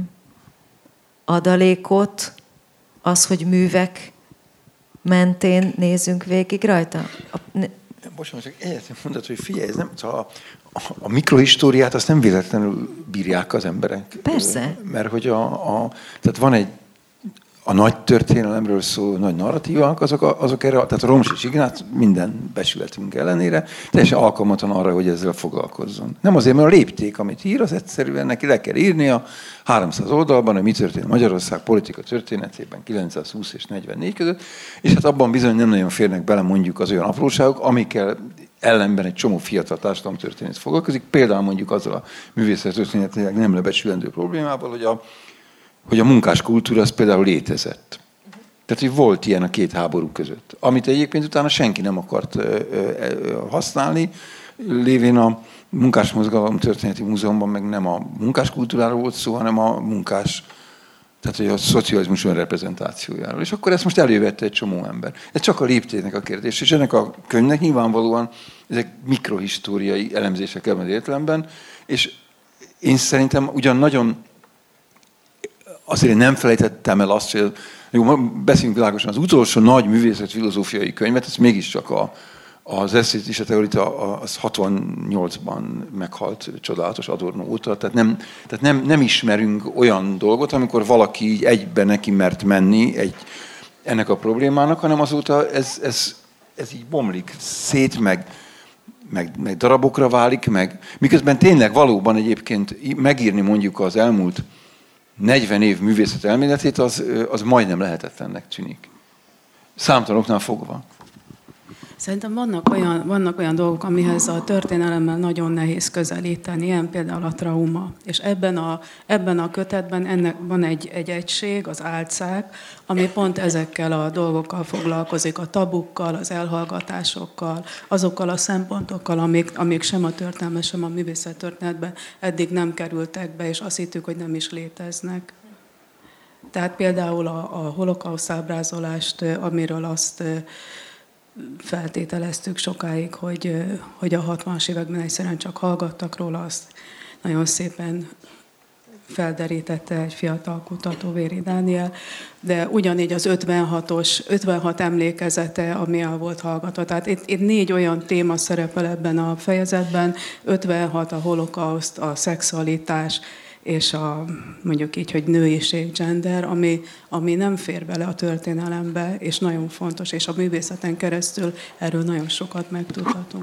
adalékot az, hogy művek mentén nézzünk végig rajta? A, ne... Bocsánat, csak egyetlen mondat, hogy figyelj, ez nem, szóval a, a, a mikrohistóriát azt nem véletlenül bírják az emberek. Persze. Mert hogy a, a tehát van egy a nagy történelemről szóló nagy narratívák, azok, azok erre, tehát a Romsics Ignác minden becsületünk ellenére teljesen alkalmatlan arra, hogy ezzel foglalkozzon. Nem azért, mert a lépték, amit ír, az egyszerűen neki le kell írnia háromszáz oldalban, hogy mi történt Magyarország politika történetében kilencszázhúsz és negyvennégy között, és hát abban bizony nem nagyon férnek bele mondjuk az olyan apróságok, amikkel ellenben egy csomó fiatal társadalomtörténet foglalkozik, például mondjuk azzal a művészettörténetileg nem lebecsülendő problémával, hogy a hogy a munkáskultúra az például létezett. Tehát, hogy volt ilyen a két háború között. Amit egyébként utána senki nem akart ö, ö, használni, lévén a Munkásmozgalom Történeti Múzeumban meg nem a munkáskultúráról volt szó, hanem a munkás, tehát hogy a szocializmus önreprezentációjáról. És akkor ezt most elővette egy csomó ember. Ez csak a léptéknek a kérdés. És ennek a könyvnek nyilvánvalóan ezek mikrohistóriai elemzések ebben az értelemben, és én szerintem ugyan nagyon azért én nem felejtettem el azt, hogy jó, beszéljünk világosan, az utolsó nagy művészetfilozófiai könyvet, ez mégiscsak a, az esztétisa teorita, az hatvannyolcban meghalt csodálatos Adorno óta, tehát, nem, tehát nem, nem ismerünk olyan dolgot, amikor valaki így egybe neki mert menni egy, ennek a problémának, hanem azóta ez, ez, ez így bomlik szét, meg, meg, meg darabokra válik, meg miközben tényleg valóban egyébként megírni mondjuk az elmúlt negyven év művészet elméletét, az, az majdnem lehetetlennek tűnik. Számtalanoknál fogva. Szerintem vannak olyan, vannak olyan dolgok, amihez a történelemmel nagyon nehéz közelíteni, ilyen például a trauma. És ebben a, ebben a kötetben ennek van egy, egy egység, az álcák, ami pont ezekkel a dolgokkal foglalkozik, a tabukkal, az elhallgatásokkal, azokkal a szempontokkal, amik, amik sem a történelme, sem a művészettörténetben eddig nem kerültek be, és azt hittük, hogy nem is léteznek. Tehát például a, a holokauszt ábrázolást, amiről azt feltételeztük sokáig, hogy, hogy a hatvanas években egyszerűen csak hallgattak róla, azt nagyon szépen felderítette egy fiatal kutató, Véri Dániel, de ugyanígy az ötvenhatos, ötvenhat emlékezete, ami el volt hallgatva. Tehát itt, itt négy olyan téma szerepel ebben a fejezetben, ötvenhat a holokauszt, a szexualitás, és a, mondjuk így, hogy nőiség, gender, ami, ami nem fér bele a történelembe, és nagyon fontos, és a művészeten keresztül erről nagyon sokat megtudhatunk.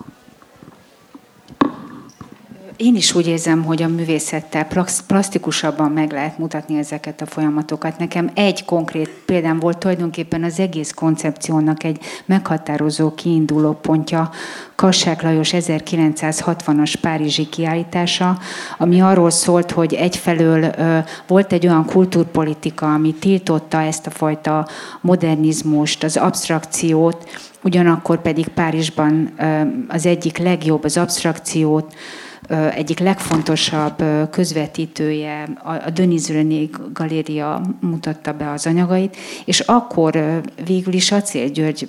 Én is úgy érzem, hogy a művészettel plastikusabban meg lehet mutatni ezeket a folyamatokat. Nekem egy konkrét példám volt tulajdonképpen az egész koncepciónak egy meghatározó kiinduló pontja, Kassák Lajos ezerkilencszázhatvanas párizsi kiállítása, ami arról szólt, hogy egyfelől ö, volt egy olyan kultúrpolitika, ami tiltotta ezt a fajta modernizmust, az absztrakciót, ugyanakkor pedig Párizsban ö, az egyik legjobb az absztrakciót, egyik legfontosabb közvetítője, a Denis René Galéria mutatta be az anyagait, és akkor végül is Acél György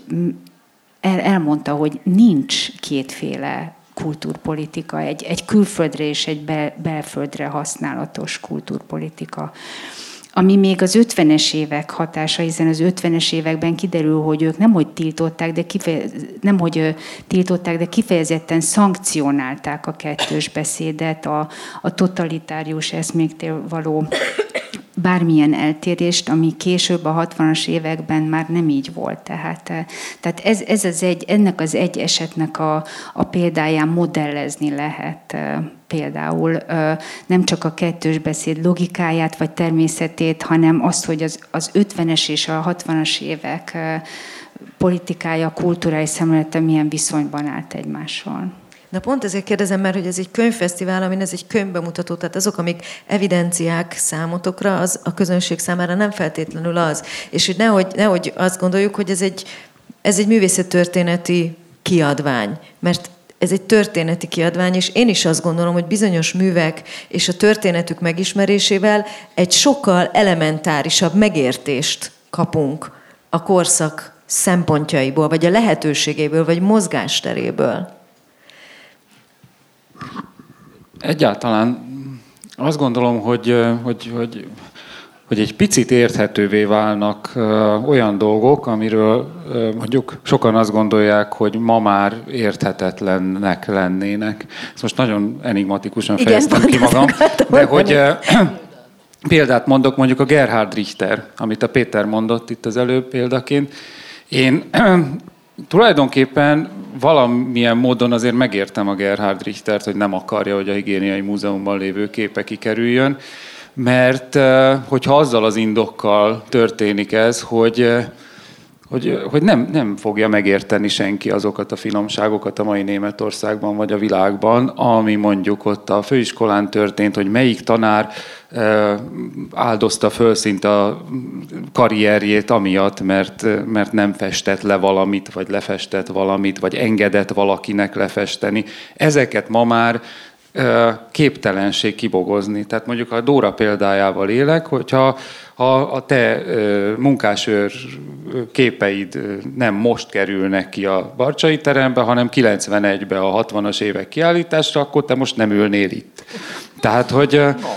el, elmondta, hogy nincs kétféle kultúrpolitika, egy, egy külföldre és egy bel, belföldre használatos kultúrpolitika. Ami még az ötvenes évek hatása, hiszen az ötvenes években kiderül, hogy ők nem hogy tiltották, de, kifejez, nem, hogy tiltották, de kifejezetten szankcionálták a kettős beszédet, a, a totalitárius eszméktől való bármilyen eltérést, ami később a hatvanas években már nem így volt. Tehát, tehát ez, ez az egy, ennek az egy esetnek a, a példáján modellezni lehet például nem csak a kettős beszéd logikáját vagy természetét, hanem azt, hogy az, az ötvenes és a hatvanas évek politikája, kulturális szemlélete milyen viszonyban állt egymással. Na pont ezért kérdezem, mert hogy ez egy könyvfesztivál, amin ez egy könyvbemutató, tehát azok, amik evidenciák számotokra, az a közönség számára nem feltétlenül az. És hogy nehogy, nehogy azt gondoljuk, hogy ez egy, ez egy művészettörténeti kiadvány, mert ez egy történeti kiadvány, és én is azt gondolom, hogy bizonyos művek és a történetük megismerésével egy sokkal elementárisabb megértést kapunk a korszak szempontjaiból, vagy a lehetőségéből, vagy mozgásteréből. Egyáltalán azt gondolom, hogy, hogy, hogy, hogy egy picit érthetővé válnak olyan dolgok, amiről mondjuk sokan azt gondolják, hogy ma már érthetetlennek lennének. Ezt most nagyon enigmatikusan fejeztem ki magam, de hogy példát mondok, mondjuk a Gerhard Richter, amit a Péter mondott itt az előbb példaként. Én tulajdonképpen valamilyen módon azért megértem a Gerhard Richtert, hogy nem akarja, hogy a Higiéniai Múzeumban lévő képe kikerüljön, mert hogyha azzal az indokkal történik ez, hogy, hogy, hogy nem, nem fogja megérteni senki azokat a finomságokat a mai Németországban vagy a világban, ami mondjuk ott a főiskolán történt, hogy melyik tanár áldozta föl szinte a karrierjét amiatt, mert, mert nem festett le valamit, vagy lefestett valamit, vagy engedett valakinek lefesteni. Ezeket ma már képtelenség kibogozni. Tehát mondjuk a Dóra példájával élek, hogyha ha a te munkásőr képeid nem most kerülnek ki a Barcsay terembe, hanem kilencvenegyben a hatvanas évek kiállításra, akkor te most nem ülnél itt. Tehát, hogy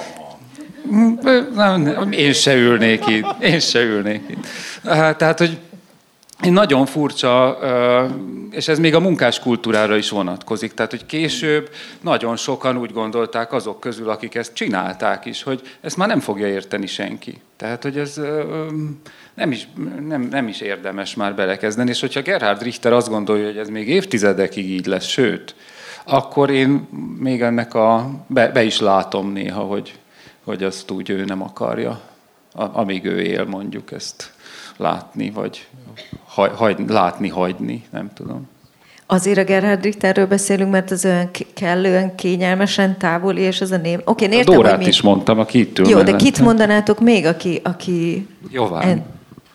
nem, én se ülnék itt. Én se ülnék itt. Tehát, hogy nagyon furcsa, és ez még a munkáskultúrára is vonatkozik. Tehát, hogy később nagyon sokan úgy gondolták azok közül, akik ezt csinálták is, hogy ezt már nem fogja érteni senki. Tehát, hogy ez nem is, nem, nem is érdemes már belekezdeni. És hogyha Gerhard Richter azt gondolja, hogy ez még évtizedekig így lesz, sőt, akkor én még ennek a... Be, be is látom néha, hogy, hogy azt úgy ő nem akarja, amíg ő él, mondjuk ezt látni, vagy hagy, hagy, látni, hagyni, nem tudom. Azért a Gerhard Richterről beszélünk, mert az olyan kellően kényelmesen távoli, és az a név... Oké, okay, a értem, Dórát hogy mi... is mondtam, aki itt ül Jó, mellette. de kit mondanátok még, aki... aki... Jován. En...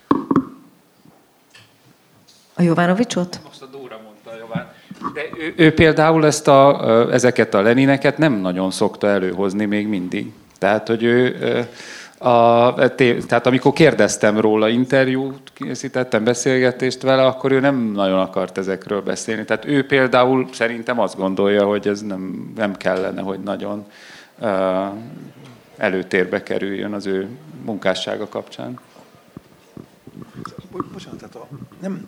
A Jovanovicsot? Most a Dóra mondta a Jován. De ő, ő például ezt a, ezeket a Lenineket nem nagyon szokta előhozni még mindig. Tehát, hogy ő A, tehát amikor kérdeztem róla, interjút készítettem, beszélgetést vele, akkor ő nem nagyon akart ezekről beszélni. Tehát ő például szerintem azt gondolja, hogy ez nem, nem kellene, hogy nagyon uh, előtérbe kerüljön az ő munkássága kapcsán. Bocsánat, tehát a, nem...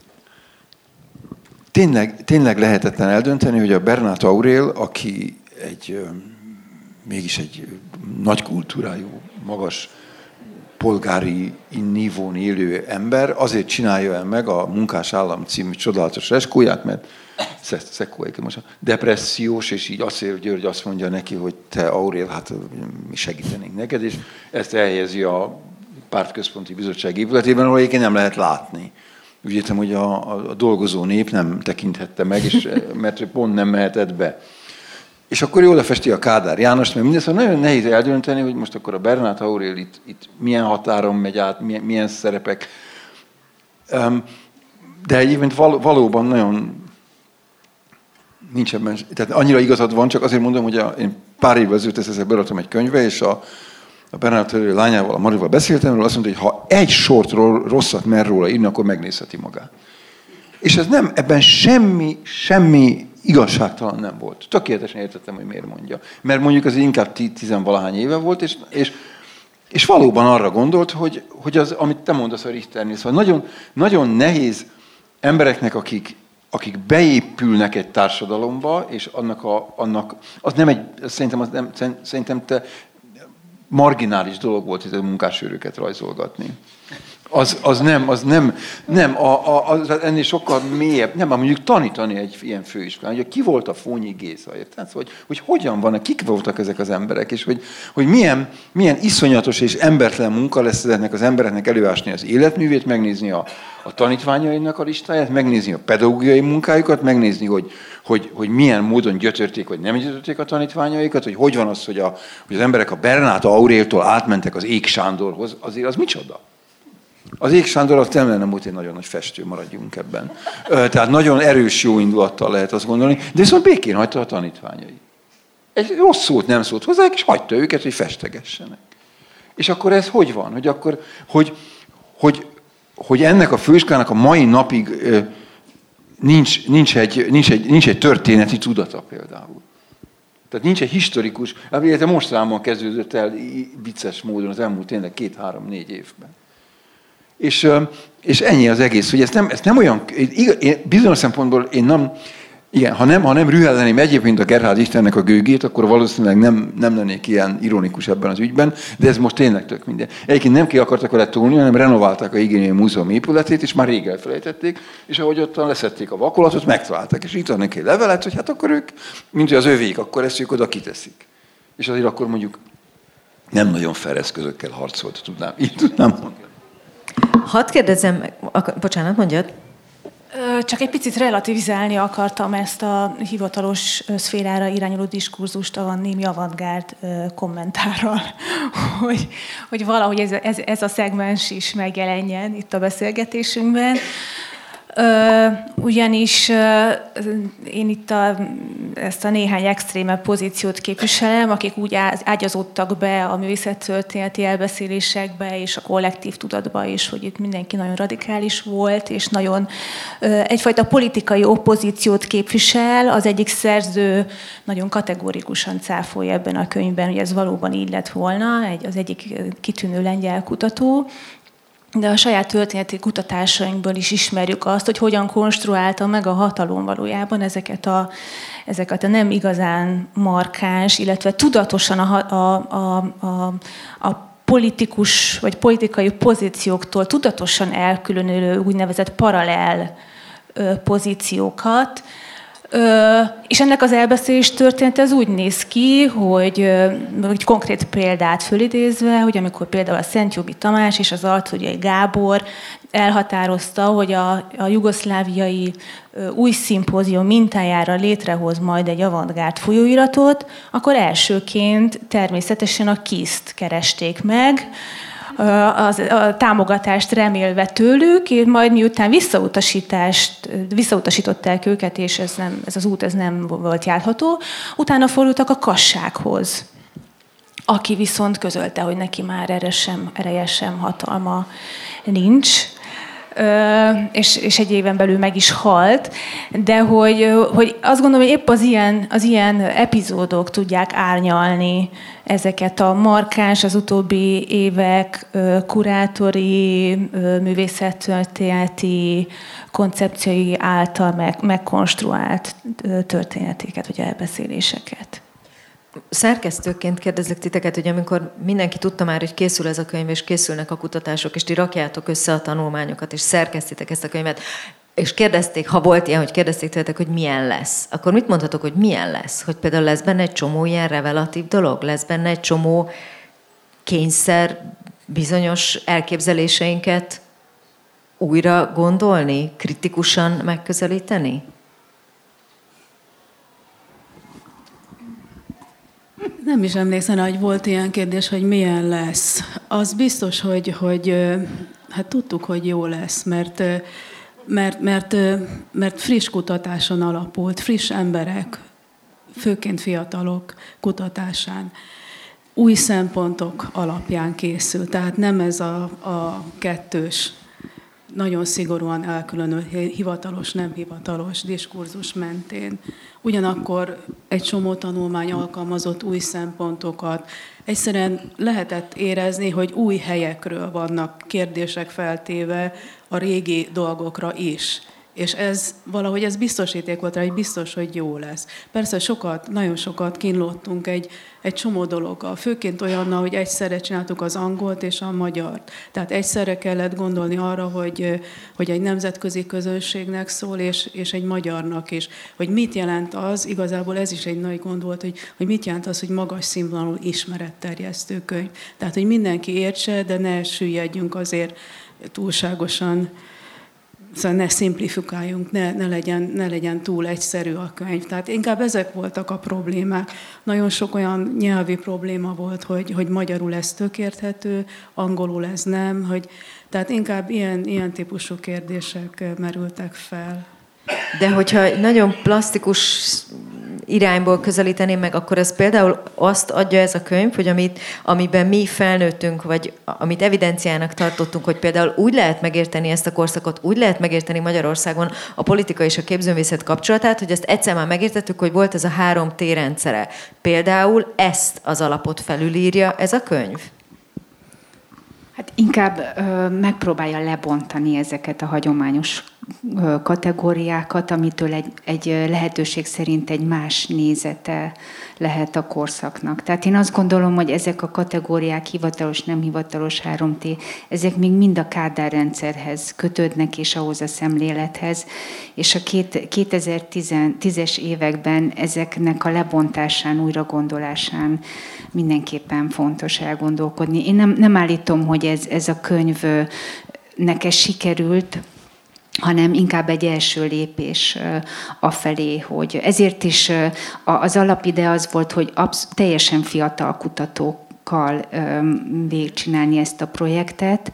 Tényleg, tényleg lehetetlen eldönteni, hogy a Bernát Aurél, aki egy, mégis egy nagy kultúrájú, magas polgári nívón élő ember, azért csinálja el meg a Munkás Állam című csodálatos eskóját, mert most depressziós, és így Asszér György azt mondja neki, hogy te Aurél, hát mi segítenénk neked, és ezt elhelyezi a Pártközponti Bizottság épületében, ahol egyébként nem lehet látni. Úgy értem, hogy a, a dolgozó nép nem tekinthette meg, és, mert pont nem mehetett be. És akkor jól lefesti a Kádár Jánost, mert mindezt nagyon nehéz eldönteni, hogy most akkor a Bernát Aurél itt, itt milyen határon megy át, milyen, milyen szerepek. De egyébként val, valóban nagyon nincs ebben, tehát annyira igazad van, csak azért mondom, hogy a, én pár évvel ezelőtt ezt beadtam egy könyvbe, és a A Bernát Aurél lányával, a Marival beszéltem róla, azt mondta, hogy ha egy sort rosszat mer róla írni, akkor megnézheti magát. És ez nem, ebben semmi, semmi igazságtalan nem volt. Tökéletesen értettem, hogy miért mondja. Mert mondjuk az inkább tizenvalahány éve volt, és, és, és valóban arra gondolt, hogy, hogy az, amit te mondasz a Richternél, szóval nagyon, nagyon nehéz embereknek, akik, akik beépülnek egy társadalomba, és annak, a, annak az nem egy, szerintem, az nem, szerintem te marginális dolog volt itt a munkásőröket rajzolgatni. Az, az nem, az nem, nem a, a, az ennél sokkal mélyebb, nem, mondjuk tanítani egy ilyen főiskolán, hogy ki volt a Fónyi Géza, érted? Hogy, hogy hogyan van, kik voltak ezek az emberek, és hogy, hogy milyen, milyen iszonyatos és embertelen munka lesz ezeknek az embereknek előásni az életművét, megnézni a, a tanítványainak a listáját, megnézni a pedagógiai munkájukat, megnézni, hogy, hogy, hogy milyen módon gyötörték, vagy nem gyötörték a tanítványaikat, hogy hogy van az, hogy, a, hogy az emberek a Bernát Auréltól átmentek az Ék Sándorhoz, azért az micsoda? Az Ék Sándor az nem lenne volt egy nagyon nagy festő, maradjunk ebben. Tehát nagyon erős jó indulattal lehet azt gondolni, de viszont békén hagyta a tanítványai. Egy rossz szót nem szólt hozzájuk, és hagyta őket, hogy festegessenek. És akkor ez hogy van? Hogy, akkor, hogy, hogy, hogy ennek a főiskolának a mai napig nincs, nincs, egy, nincs, egy, nincs egy történeti tudata például. Tehát nincs egy historikus, illetve mostanában kezdődött el vicces módon az elmúlt tényleg két-három-négy évben. És, és ennyi az egész, hogy ez nem, ez nem olyan, én, bizonyos szempontból én nem, igen, ha nem, ha nem rühelleném egyébként a Gerhard Richternek a gőgét, akkor valószínűleg nem, nem lennék ilyen ironikus ebben az ügyben, de ez most tényleg tök minden. Egyébként nem ki akartak vele tolni, hanem renoválták a Higiéniai Múzeum épületét, és már rég elfelejtették, és ahogy ottan leszették a vakolatot, megtalálták, és itt adnak egy levelet, hogy hát akkor ők, mint hogy az övék, akkor ezt ők oda kiteszik. És azért akkor mondjuk nem nagyon fair eszközökkel harcolt, tudnám, így tudnám mondani. Hadd kérdezzem meg, bocsánat, mondjad. Csak egy picit relativizálni akartam ezt a hivatalos szférára irányuló diskurzust a némi avantgárd kommentárral, hogy, hogy valahogy ez, ez, ez a szegmens is megjelenjen itt a beszélgetésünkben. Ugyanis én itt a, ezt a néhány extrémebb pozíciót képviselem, akik úgy ágyazódtak be a művészettörténeti elbeszélésekbe és a kollektív tudatba is, hogy itt mindenki nagyon radikális volt, és nagyon egyfajta politikai oppozíciót képvisel. Az egyik szerző nagyon kategórikusan cáfolja ebben a könyvben, hogy ez valóban így lett volna, egy, az egyik kitűnő lengyel kutató. De a saját történeti kutatásainkból is ismerjük azt, hogy hogyan konstruálta meg a hatalom valójában ezeket a, ezeket a nem igazán markáns, illetve tudatosan a, a, a, a, a politikus vagy politikai pozícióktól tudatosan elkülönülő úgynevezett paralel pozíciókat. Ö, és ennek az elbeszélés története az úgy néz ki, hogy egy konkrét példát fölidézve, hogy amikor például a Szentjobbik Tamás és az Artúriai Gábor elhatározta, hogy a, a jugoszláviai új szimpózium mintájára létrehoz majd egy avantgárd folyóiratot, akkor elsőként természetesen a KISZ-t keresték meg, Az, a támogatást remélve tőlük, majd miután visszautasítást, visszautasították őket, és ez, nem, ez az út ez nem volt járható, utána fordultak a Kassághoz, aki viszont közölte, hogy neki már erre sem ereje, sem hatalma nincs. És, és egy éven belül meg is halt, de hogy, hogy azt gondolom, hogy épp az ilyen, az ilyen epizódok tudják árnyalni ezeket a markáns, az utóbbi évek kurátori, művészettörténeti koncepciói által meg, megkonstruált történetéket, vagy elbeszéléseket. Szerkesztőként kérdezlek titeket, hogy amikor mindenki tudta már, hogy készül ez a könyv, és készülnek a kutatások, és ti rakjátok össze a tanulmányokat, és szerkesztitek ezt a könyvet, és kérdezték, ha volt ilyen, hogy kérdezték tőletek, hogy milyen lesz, akkor mit mondhatok, hogy milyen lesz? Hogy például lesz benne egy csomó ilyen revelatív dolog? Lesz benne egy csomó kényszer bizonyos elképzeléseinket újra gondolni, kritikusan megközelíteni? Nem is emlékszem, hogy volt ilyen kérdés, hogy milyen lesz. Az biztos, hogy, hogy hát tudtuk, hogy jó lesz, mert, mert, mert, mert friss kutatáson alapult, friss emberek, főként fiatalok kutatásán, új szempontok alapján készül. Tehát nem ez a, a kettős, nagyon szigorúan elkülönült hivatalos, nem hivatalos diskurzus mentén. Ugyanakkor egy csomó tanulmány alkalmazott új szempontokat. Egyszerűen lehetett érezni, hogy új helyekről vannak kérdések feltéve a régi dolgokra is. És ez valahogy ez biztosíték volt rá, hogy biztos, hogy jó lesz. Persze sokat, nagyon sokat kínlódtunk egy, egy csomó dologgal. Főként olyannal, hogy egyszerre csináltuk az angolt és a magyart. Tehát egyszerre kellett gondolni arra, hogy, hogy egy nemzetközi közönségnek szól, és, és egy magyarnak is. Hogy mit jelent az, igazából ez is egy nagy gond volt, hogy, hogy mit jelent az, hogy magas színvonalú ismeretterjesztő könyv. Tehát, hogy mindenki értse, de ne süllyedjünk azért túlságosan. Szóval ne szimplifikáljunk, ne, ne, legyen, ne legyen túl egyszerű a könyv. Tehát inkább ezek voltak a problémák. Nagyon sok olyan nyelvi probléma volt, hogy, hogy magyarul ez tök érthető, angolul ez nem. Hogy, tehát inkább ilyen, ilyen típusú kérdések merültek fel. De hogyha nagyon plastikus irányból közelíteném meg, akkor ez például azt adja ez a könyv, hogy amit, amiben mi felnőttünk, vagy amit evidenciának tartottunk, hogy például úgy lehet megérteni ezt a korszakot, úgy lehet megérteni Magyarországon a politika és a képzőművészet kapcsolatát, hogy ezt egyszer már megértettük, hogy volt ez a három T-rendszere. Például ezt az alapot felülírja ez a könyv? Hát inkább ö, megpróbálja lebontani ezeket a hagyományos ö, kategóriákat, amitől egy, egy lehetőség szerint egy más nézete lehet a korszaknak. Tehát én azt gondolom, hogy ezek a kategóriák, hivatalos, nem hivatalos, három T, ezek még mind a Kádár rendszerhez kötődnek, és ahhoz a szemlélethez. És a két, kétezer-tízes években ezeknek a lebontásán, újragondolásán mindenképpen fontos elgondolkodni. Én nem, nem állítom, hogy ez, ez a könyv neked sikerült, hanem inkább egy első lépés afelé, hogy ezért is az alapide az volt, hogy absz- teljesen fiatal kutatókkal végigcsinálni ezt a projektet.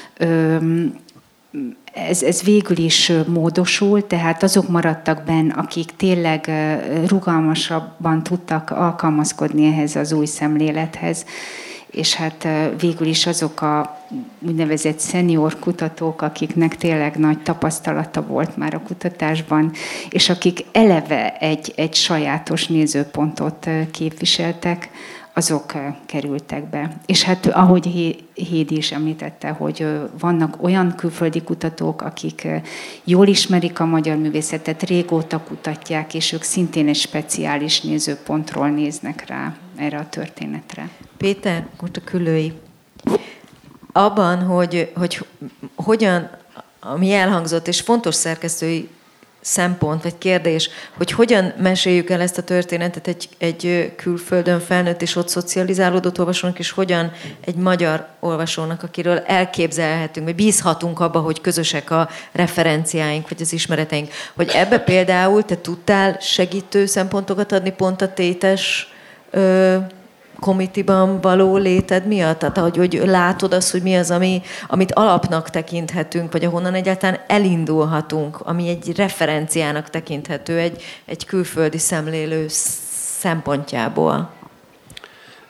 Ez, ez végül is módosul, tehát azok maradtak benne, akik tényleg rugalmasabban tudtak alkalmazkodni ehhez az új szemlélethez, és hát végül is azok a úgynevezett szenior kutatók, akiknek tényleg nagy tapasztalata volt már a kutatásban, és akik eleve egy, egy sajátos nézőpontot képviseltek, azok kerültek be. És hát ahogy Hédi is említette, hogy vannak olyan külföldi kutatók, akik jól ismerik a magyar művészetet, régóta kutatják, és ők szintén egy speciális nézőpontról néznek rá erre a történetre. Péter, most a Küllői. Abban, hogy, hogy hogyan, ami elhangzott, és fontos szerkesztői szempont, vagy kérdés, hogy hogyan meséljük el ezt a történetet egy, egy külföldön felnőtt és ott szocializálódott olvasónak, és hogyan egy magyar olvasónak, akiről elképzelhetünk, vagy bízhatunk abba, hogy közösek a referenciáink, vagy az ismereteink. Hogy ebbe például te tudtál segítő szempontokat adni pont a tétes ö, komitiban való léted miatt? Tehát, hogy, hogy látod azt, hogy mi az, ami, amit alapnak tekinthetünk, vagy ahonnan egyáltalán elindulhatunk, ami egy referenciának tekinthető egy, egy külföldi szemlélő szempontjából.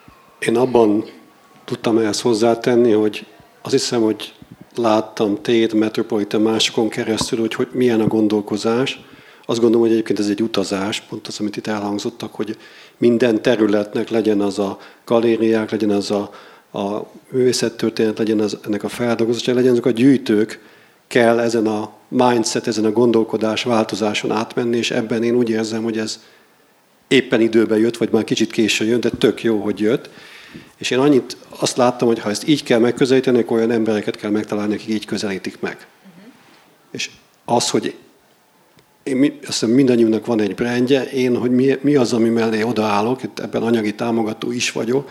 Én abban tudtam ehhez hozzátenni, hogy azt hiszem, hogy láttam Tét, Metropolitan másokon keresztül, hogy, hogy milyen a gondolkozás. Azt gondolom, hogy egyébként ez egy utazás, pont az, amit itt elhangzottak, hogy minden területnek legyen az a galériák, legyen az a, a művészettörténet, legyen az, ennek a feldolgozása, legyen azok a gyűjtők, kell ezen a mindset, ezen a gondolkodás változáson átmenni, és ebben én úgy érzem, hogy ez éppen időben jött, vagy már kicsit későn jön, de tök jó, hogy jött. És én annyit azt láttam, hogy ha ezt így kell megközelíteni, akkor olyan embereket kell megtalálni, akik így közelítik meg. Uh-huh. És az, hogy én, azt hiszem mindannyiunknak van egy brandje, én, hogy mi, mi az, ami mellé odaállok, itt ebben anyagi támogató is vagyok,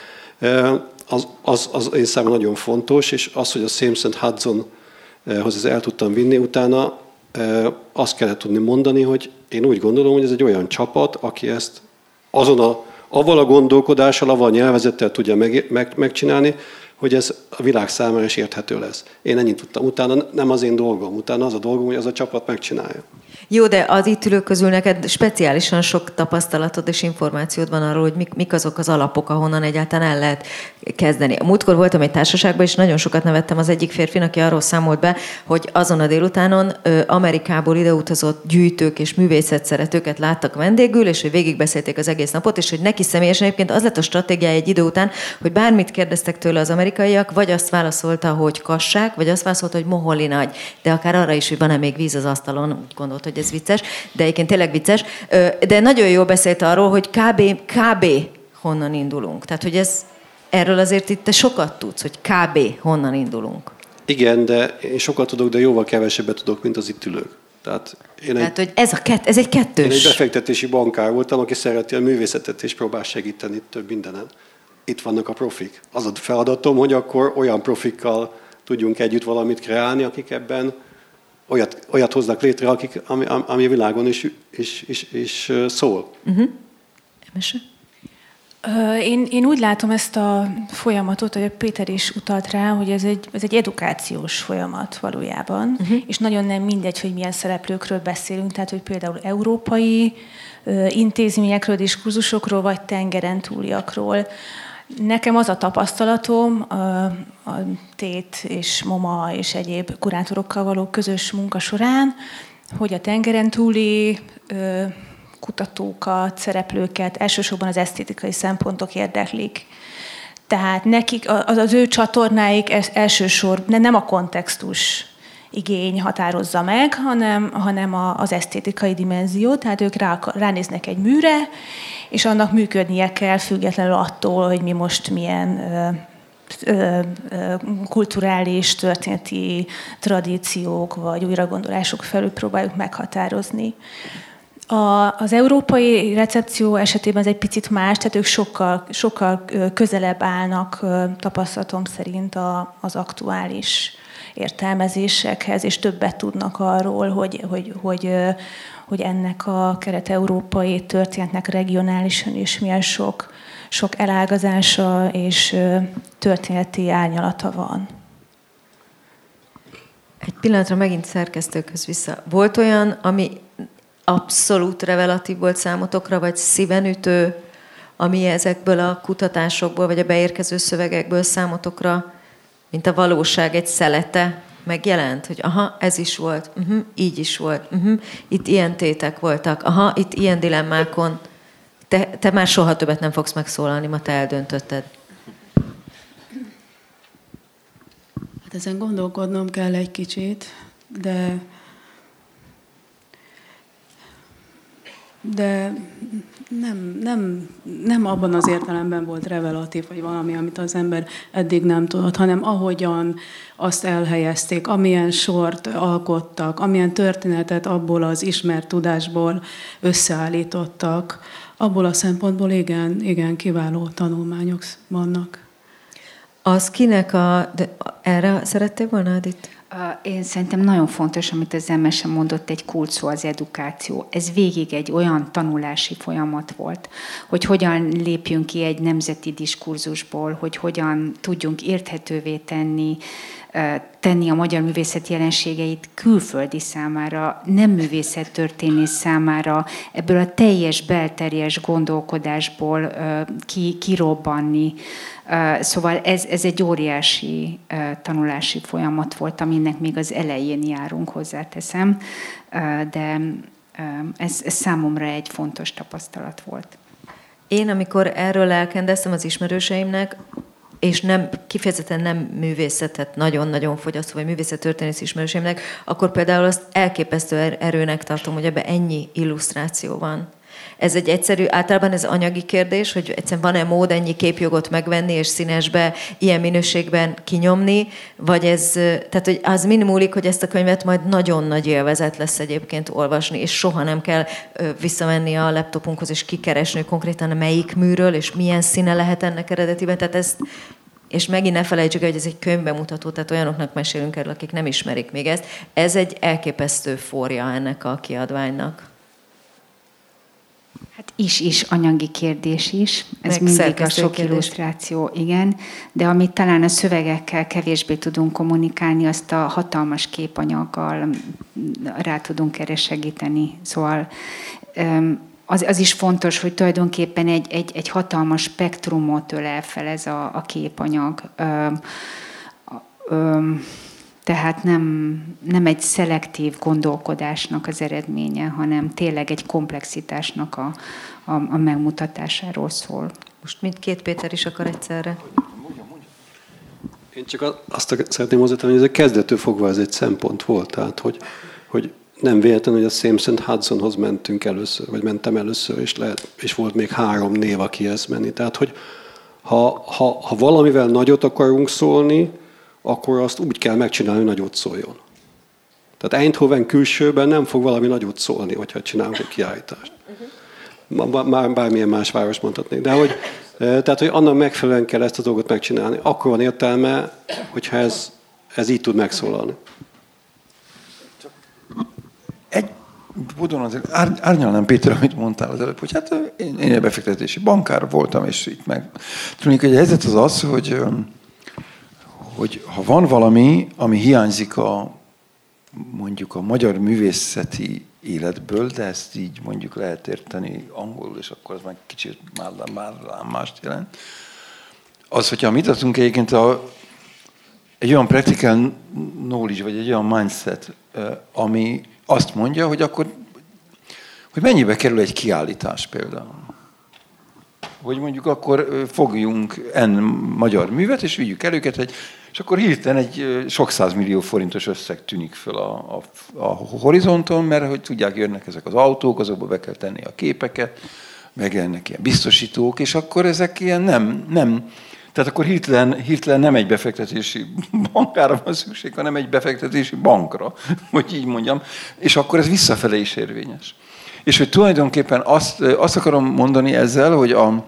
az, az, az én számomra nagyon fontos, és az, hogy a Simpson Hudsonhoz ezt el tudtam vinni, utána azt kellett tudni mondani, hogy én úgy gondolom, hogy ez egy olyan csapat, aki ezt azon a, avval a gondolkodással, avval a nyelvezettel tudja meg, meg, megcsinálni, hogy ez a világ számára is érthető lesz. Én ennyit tudtam. Utána nem az én dolgom, utána az a dolgom, hogy az a csapat megcsinálja. Jó, de az itt ülők közül neked speciálisan sok tapasztalatod és információd van arról, hogy mik, mik azok az alapok, ahonnan egyáltalán el lehet kezdeni. Múltkor voltam egy társaságban, és nagyon sokat nevettem az egyik férfin, aki arról számolt be, hogy azon a délutánon Amerikából ideutazott gyűjtők és művészetszeretőket láttak vendégül, és hogy végigbeszélték az egész napot, és hogy neki személyesen egyébként az lett a stratégiája egy idő után, hogy bármit kérdeztek tőle az amerikaiak, vagy azt válaszolta, hogy kassák, vagy azt válaszolta, hogy moholi nagy, de akár arra is, hogy van-e még víz az asztalon, úgy gondolt, hogy ez vicces, de egyébként tényleg vicces. De nagyon jól beszélt arról, hogy kb. kb. Honnan indulunk. Tehát, hogy ez, erről azért itt te sokat tudsz, hogy kb. Honnan indulunk. Igen, de én sokat tudok, de jóval kevesebbet tudok, mint az itt ülők. Tehát, én Tehát egy, hogy ez, a kett, ez egy kettős. Én egy befektetési bankár voltam, aki szereti a művészetet és próbál segíteni több mindenen. Itt vannak a profik. Az a feladatom, hogy akkor olyan profikkal tudjunk együtt valamit kreálni, akik ebben olyat, olyat hoznak létre, akik, ami, ami a világon is, is, is, is szól. Uh-huh. Én, én úgy látom ezt a folyamatot, hogy Péter is utalt rá, hogy ez egy, ez egy edukációs folyamat valójában, uh-huh. és nagyon nem mindegy, hogy milyen szereplőkről beszélünk, tehát hogy például európai uh, intézményekről, diskurzusokról, vagy tengeren túliakról. Nekem az a tapasztalatom a, a Tét és MoMA és egyéb kurátorokkal való közös munka során, hogy a tengeren túli ö, kutatókat, szereplőket elsősorban az esztétikai szempontok érdeklik. Tehát nekik, az, az ő csatornáik elsősorban nem a kontextus igény határozza meg, hanem, hanem a, az esztétikai dimenzió, tehát ők rá, ránéznek egy műre, és annak működnie kell függetlenül attól, hogy mi most milyen ö, ö, ö, kulturális, történeti tradíciók vagy újragondolások felül próbáljuk meghatározni. A, az európai recepció esetében ez egy picit más, tehát ők sokkal, sokkal közelebb állnak tapasztalatom szerint a, az aktuális értelmezésekhez, és többet tudnak arról, hogy, hogy, hogy, hogy ennek a kelet-európai történetnek regionálisan is milyen sok, sok elágazása és történeti árnyalata van. Egy pillanatra megint szerkesztőkhöz vissza. Volt olyan, ami abszolút revelatív volt számotokra, vagy szívenütő, ami ezekből a kutatásokból, vagy a beérkező szövegekből számotokra, mint a valóság egy szelete megjelent, hogy aha, ez is volt, uh-huh, így is volt, uh-huh, itt ilyen tétek voltak, aha, itt ilyen dilemmákon. Te, te már soha többet nem fogsz megszólalni, ma te eldöntötted. Hát ezen gondolkodnom kell egy kicsit, de de nem, nem, nem abban az értelemben volt revelatív, vagy valami, amit az ember eddig nem tudott, hanem ahogyan azt elhelyezték, amilyen sort alkottak, amilyen történetet abból az ismert tudásból összeállítottak, abból a szempontból igen, igen kiváló tanulmányok vannak. Az kinek a... De erre szerettél volna, Adit? Én szerintem nagyon fontos, amit az Emese mondott, egy kulcs szó, az edukáció. Ez végig egy olyan tanulási folyamat volt, hogy hogyan lépjünk ki egy nemzeti diskurzusból, hogy hogyan tudjunk érthetővé tenni tenni a magyar művészet jelenségeit külföldi számára, nem művészettörténész számára, ebből a teljes belterjes gondolkodásból ki, kirobbanni. Szóval ez, ez egy óriási tanulási folyamat volt, aminek még az elején járunk, hozzáteszem, de ez, ez számomra egy fontos tapasztalat volt. Én, amikor erről elkendeztem az ismerőseimnek, és nem, kifejezetten nem művészetet nagyon-nagyon fogyasztó, vagy művészettörténész ismerőseimnek, akkor például azt elképesztő erőnek tartom, hogy ebben ennyi illusztráció van. Ez egy egyszerű, általában ez anyagi kérdés, hogy egyszerűen van-e mód ennyi képjogot megvenni, és színesbe, ilyen minőségben kinyomni, vagy ez, tehát hogy az min múlik, hogy ezt a könyvet majd nagyon nagy élvezet lesz egyébként olvasni, és soha nem kell visszamenni a laptopunkhoz, és kikeresni konkrétan melyik műről, és milyen színe lehet ennek eredetiben, tehát ezt, és megint ne felejtsük el, hogy ez egy könyvbemutató, tehát olyanoknak mesélünk erről, akik nem ismerik még ezt. Ez egy elképesztő forja ennek a kiadványnak. Hát is-is anyagi kérdés is, ez meg mindig a sok kérdés. Illusztráció, igen, de amit talán a szövegekkel kevésbé tudunk kommunikálni, azt a hatalmas képanyaggal rá tudunk erre segíteni. Szóval az, az is fontos, hogy tulajdonképpen egy, egy, egy hatalmas spektrumot ölel fel ez a, a képanyag. Ö, ö, Tehát nem, nem egy szelektív gondolkodásnak az eredménye, hanem tényleg egy komplexitásnak a, a, a megmutatásáról szól. Most mindkét Péter is akar egyszerre. Én csak azt szeretném hozzátenni, hogy ez a kezdettől fogva ez egy szempont volt. Tehát, hogy, hogy nem véletlen, hogy a Jameson Hudsonhoz mentünk először, vagy mentem először, és, lehet, és volt még három név, akihez menni. Tehát, hogy ha, ha, ha valamivel nagyot akarunk szólni, akkor azt úgy kell megcsinálni, hogy nagyot szóljon. Tehát Eindhoven külsőben nem fog valami nagyot szólni, hogyha csinálunk egy kiállítást. Már bármilyen más város mondhatnék. De hogy, tehát, hogy annak megfelelően kell ezt a dolgot megcsinálni. Akkor van értelme, hogyha ez, ez így tud megszólalni. Egy módon azért árnyalnám, Péter, amit mondtál az előbb, hogy hát én, én egy befektetési bankár voltam, és itt meg... Tudjuk, hogy a helyzet az az, hogy... hogy ha van valami, ami hiányzik a, mondjuk a magyar művészeti életből, de ezt így mondjuk lehet érteni angolul, és akkor az már kicsit már, már mást jelent, az, hogyha mit adunk egyébként a, egy olyan practical knowledge, vagy egy olyan mindset, ami azt mondja, hogy akkor, hogy mennyibe kerül egy kiállítás például. Hogy mondjuk akkor fogjunk en magyar művet, és vigyük el őket, egy, és akkor hirtelen egy sok százmillió forintos összeg tűnik föl a, a, a horizonton, mert hogy tudják, jönnek ezek az autók, azokba be kell tenni a képeket, megjelennek ilyen biztosítók, és akkor ezek ilyen nem, nem tehát akkor hirtelen, hirtelen nem egy befektetési bankára van szükség, hanem egy befektetési bankra, hogy így mondjam, és akkor ez visszafele is érvényes. És hogy tulajdonképpen azt, azt akarom mondani ezzel, hogy a,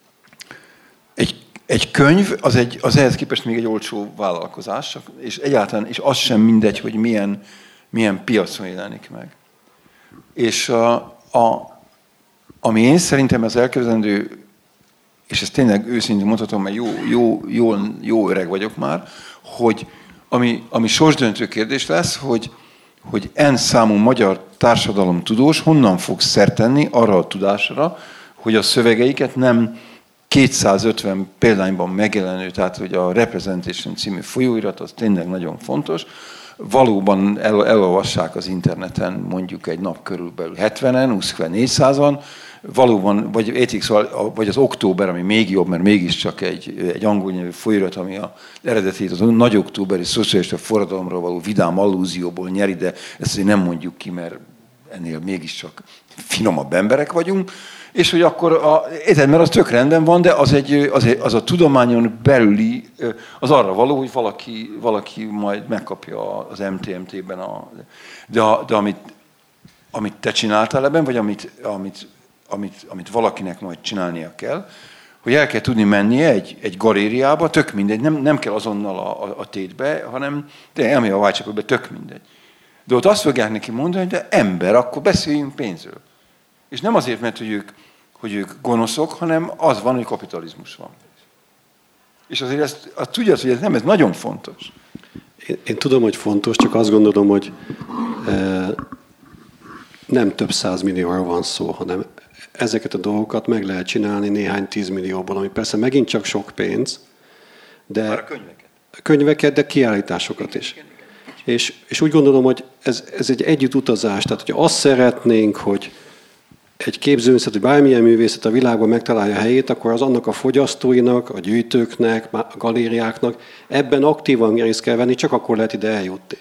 egy, egy könyv az, egy, az ehhez képest még egy olcsó vállalkozás, és egyáltalán, és az sem mindegy, hogy milyen, milyen piacon jelenik meg. És a, a, ami én szerintem az elkövetkezendő, és ezt tényleg őszintén mondhatom, mert jó, jó, jó, jó öreg vagyok már, hogy ami, ami sorsdöntő kérdés lesz, hogy hogy N számú magyar társadalomtudós honnan fog szert tenni arra a tudásra, hogy a szövegeiket nem kétszázötven példányban megjelenő, tehát hogy a Representation című folyóirat, az tényleg nagyon fontos, valóban el, elolvassák az interneten mondjuk egy nap körülbelül hetvenen, húsz négyszázan, valóban, vagy, Ethics, vagy az Október, ami még jobb, mert mégiscsak egy, egy angol nyelvű folyóirat, ami az eredetét az nagy októberi szocialista forradalomra való vidám allúzióból nyeri, de ezt azért nem mondjuk ki, mert ennél mégiscsak finomabb emberek vagyunk, és hogy akkor, a, mert az tök rendben van, de az, egy, az, egy, az a tudományon belüli, az arra való, hogy valaki, valaki majd megkapja az em té em té-ben, a, de, a, de amit, amit te csináltál ebben, vagy amit, amit Amit, amit valakinek majd csinálnia kell, hogy el kell tudni mennie egy, egy galériába, tök mindegy, nem, nem kell azonnal a, a, a tétbe, hanem de elmegy a Whitechapelbe, tök mindegy. De ott azt fogják neki mondani, hogy de ember, akkor beszéljünk pénzről. És nem azért, mert hogy ők, hogy ők gonoszok, hanem az van, hogy kapitalizmus van. És azért ezt, azt tudja, hogy ez nem, ez nagyon fontos. Én, én tudom, hogy fontos, csak azt gondolom, hogy e, nem több százmillióról van szó, hanem ezeket a dolgokat meg lehet csinálni néhány tízmillióból, ami persze megint csak sok pénz, de Már a könyveket. könyveket, de kiállításokat is. És, és úgy gondolom, hogy ez, ez egy együttutazás. Tehát, hogyha azt szeretnénk, hogy egy képzőművészet, vagy bármilyen művészet a világban megtalálja a helyét, akkor az annak a fogyasztóinak, a gyűjtőknek, a galériáknak ebben aktívan részt kell venni, csak akkor lehet ide eljutni.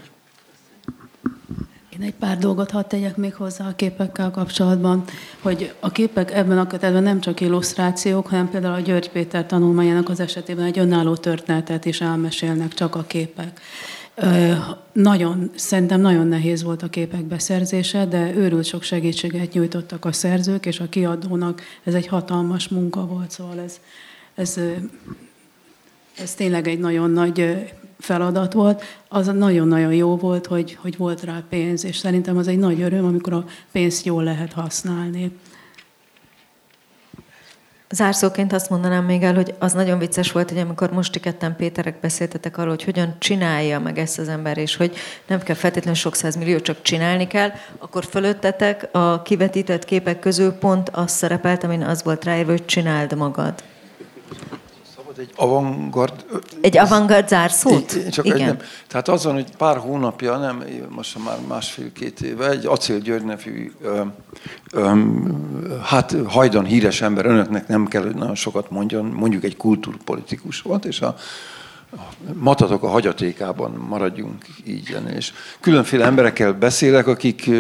Én egy pár dolgot hadd tegyek még hozzá a képekkel kapcsolatban, hogy a képek ebben a kötetben nem csak illusztrációk, hanem például a György Péter tanulmányának az esetében egy önálló történetet is elmesélnek csak a képek. Nagyon, szerintem nagyon nehéz volt a képek beszerzése, de őrült sok segítséget nyújtottak a szerzők, és a kiadónak ez egy hatalmas munka volt, szóval ez, ez, ez tényleg egy nagyon nagy feladat volt. Az nagyon-nagyon jó volt, hogy, hogy volt rá pénz, és szerintem az egy nagy öröm, amikor a pénzt jól lehet használni. Zárszóként azt mondanám még el, hogy az nagyon vicces volt, hogy amikor most ti ketten Péterek beszéltetek arról, hogy hogyan csinálja meg ezt az ember, és hogy nem kell feltétlenül sok százmillió, csak csinálni kell, akkor fölöttetek a kivetített képek közül pont az szerepelt, amin az volt ráírva, hogy csináld magad. Egy avantgard... Egy avantgard zárszót? Így, csak igen. Nem. Tehát az van, hogy pár hónapja, nem, most már másfél-két éve, egy Acél György nevű, ö, ö, hát hajdan híres ember, önöknek nem kell, hogy nagyon sokat mondjon, mondjuk egy kultúrpolitikus volt, és a, a matatok a hagyatékában maradjunk így. És különféle emberekkel beszélek, akik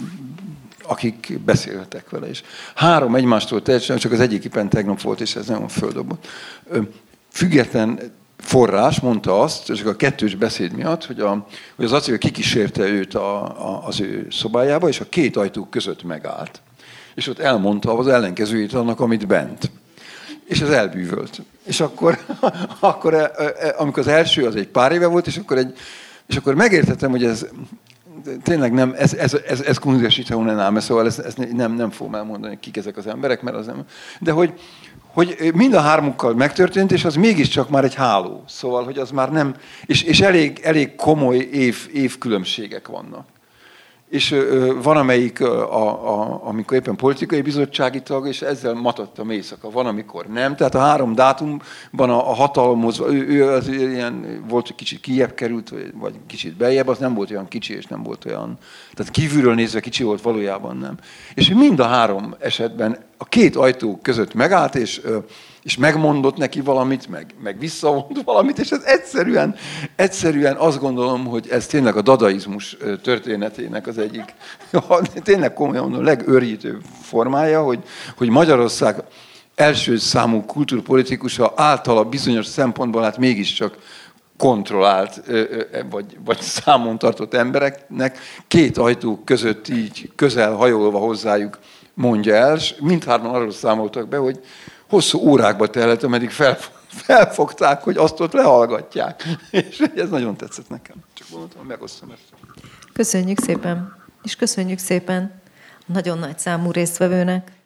akik beszéltek vele is. Három egymástól teljesen, csak az egyik éppen tegnap volt, és ez nagyon földobott. Független forrás mondta azt, csak a kettős beszéd miatt, hogy, a, hogy az Acél kikísérte őt a, a, az ő szobájába, és a két ajtó között megállt. És ott elmondta az ellenkezőjét annak, amit bent. És ez elbűvölt. És akkor, akkor amikor az első az egy pár éve volt, és akkor, egy, és akkor megértettem, hogy ez tényleg nem, ez, ez, ez, ez kunzesítő nem, szóval ezt, ezt nem, nem fogom elmondani, kik ezek az emberek, mert az nem. De hogy, hogy mind a hármukkal megtörtént, és az mégiscsak már egy háló. Szóval, hogy az már nem, és, és elég, elég komoly év, évkülönbségek vannak. És ö, van, amelyik, a, a, amikor éppen politikai bizottsági tag, és ezzel matottam éjszaka. Van, amikor nem. Tehát a három dátumban a, a hatalmozva, ő, ő az ilyen, volt, hogy kicsit kijebb került, vagy, vagy kicsit beljebb, az nem volt olyan kicsi, és nem volt olyan... Tehát kívülről nézve kicsi volt, valójában nem. És mind a három esetben a két ajtó között megállt, és... és megmondott neki valamit, meg, meg visszavont valamit, és ez egyszerűen, egyszerűen azt gondolom, hogy ez tényleg a dadaizmus történetének az egyik, tényleg komolyan mondom, legőrjítőbb formája, hogy, hogy Magyarország első számú kultúrpolitikusa általa bizonyos szempontból hát mégiscsak kontrollált, vagy, vagy számon tartott embereknek két ajtó között így közel hajolva hozzájuk mondja el, és mindhárman arról számoltak be, hogy hosszú órákba tellett, ameddig fel, felfogták, hogy azt ott lehallgatják. És ez nagyon tetszett nekem. Csak mondtam, megosztom ezt. Köszönjük szépen, és köszönjük szépen a nagyon nagy számú résztvevőnek.